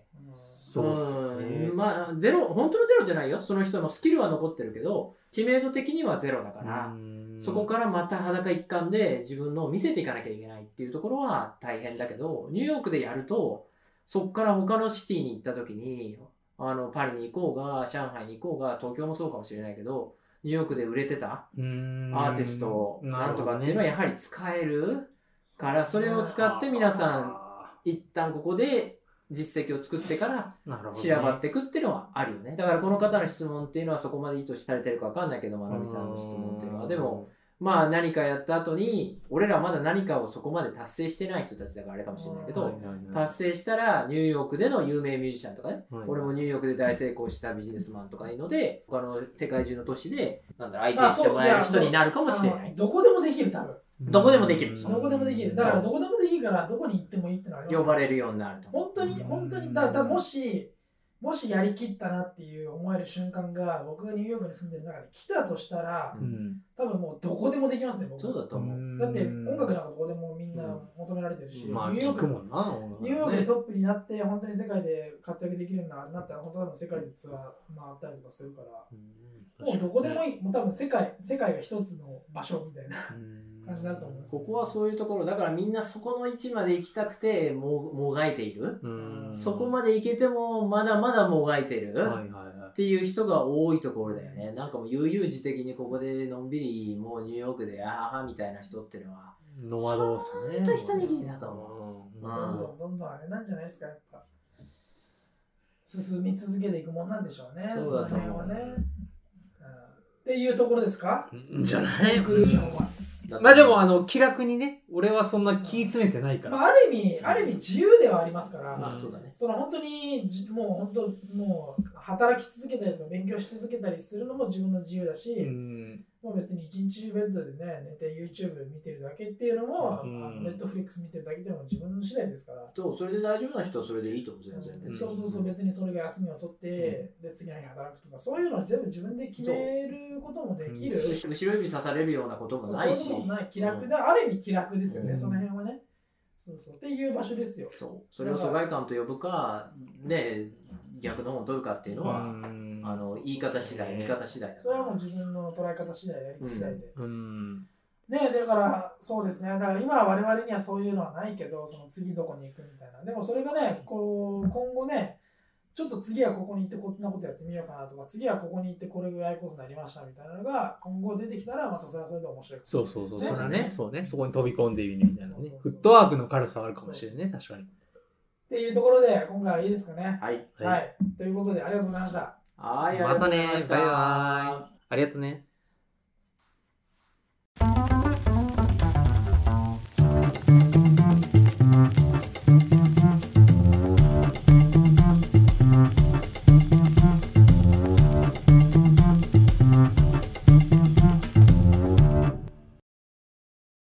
[SPEAKER 3] そうですね。まあ本当のゼロじゃないよ。その人のスキルは残ってるけど知名度的にはゼロだから、そこからまた裸一貫で自分のを見せていかなきゃいけないっていうところは大変だけど、ニューヨークでやるとそこから他のシティに行った時にパリに行こうが上海に行こうが東京もそうかもしれないけどニューヨークで売れてたアーティストなんとかっていうのはやはり使えるから、それを使って皆さん一旦ここで実績を作ってから散らばっていくっていうのはあるよね。だからこの方の質問っていうのはそこまで意図されてるか分かんないけど、まなみさんの質問っていうのはでもまあ何かやった後に俺らまだ何かをそこまで達成してない人たちだからあれかもしれないけど、達成したらニューヨークでの有名ミュージシャンとかね、俺もニューヨークで大成功したビジネスマンとかいうので他の世界中の都市でなんだろう相手してもらえる人になるかもしれない。
[SPEAKER 1] どこでもできる多分。
[SPEAKER 3] どこでもできる。
[SPEAKER 1] どこでもできる。だからどこでもできるからどこに行ってもいいってのはあります。
[SPEAKER 3] 呼ばれるようになると。
[SPEAKER 1] 本当にだもしやりきったなっていう思える瞬間が僕がニューヨークに住んでる中で来たとしたら、多分もうどこでもできますね。僕
[SPEAKER 3] そうだと思う。
[SPEAKER 1] だって音楽なんかどこでもみんな求められてるし、ニューヨークでトップになって本当に世界で活躍できるようになったら本当多分世界でツアー回ったりとかするから、もうどこでもいい。もう多分世界が一つの場所みたいな。 感じになると思います。
[SPEAKER 3] ここはそういうところだからみんなそこの位置まで行きたくてもがいている。そこまで行けてもまだまだもがいてるっていう人が多いところだよね。なんかもう悠々自適にここでのんびりもうニューヨークであはみたいな人っていうのは
[SPEAKER 2] ノマドですね。
[SPEAKER 3] ほんと一握りだと思う。
[SPEAKER 1] どんどんあれなんじゃないですか、やっぱ進み続けていくもんなんでしょうね。
[SPEAKER 3] そうだと思うね。
[SPEAKER 1] っていうところですか？
[SPEAKER 2] じゃない。
[SPEAKER 1] クルージョンは。
[SPEAKER 2] まあでも気楽にね、俺はそんな気詰めてないから。
[SPEAKER 1] まあ、ある意味自由ではありますから、
[SPEAKER 3] まあそうだね。
[SPEAKER 1] その本当にもう働き続けたりとか勉強し続けたりするのも自分の自由だし、もう別に一日中ベッドでね寝て YouTube 見てるだけっていうのも、Netflix 見てるだけっていうのも自分の次第ですから。
[SPEAKER 3] そう、それで大丈夫な人はそれでいいと思う全然。
[SPEAKER 1] そう別にそれが休みを取って、で次の日働くとかそういうのは全部自分で決めることもできる。
[SPEAKER 3] 後ろ指刺されるようなこともないし。
[SPEAKER 1] 気楽で、ある意味気楽ですよね、その辺はね。っていう場所ですよ。
[SPEAKER 3] それを疎外感と呼ぶか、ね、逆の方を取るかっていうのは、言い方次第、見方次第だ。
[SPEAKER 1] それはもう自分の捉え方次第、やり方次第で。ね、だからそうですね。だから今は我々にはそういうのはないけど、その次どこに行くみたいな。でもそれがね、こう今後ね、ちょっと次はここに行ってこんなことやってみようかなとか、次はここに行ってこれぐらいことになりましたみたいなのが今後出てきたらまたそれはそれで面白い。
[SPEAKER 2] そう、それはね、そこに飛び込んでみるみたいなね。フットワークの軽さはあるかもしれないね、確かに。
[SPEAKER 1] っていうところで今回はいいですかね。
[SPEAKER 3] はい。
[SPEAKER 1] ということでありがとうございました。
[SPEAKER 3] はい、
[SPEAKER 2] またね、バイバイ。ありがとうね。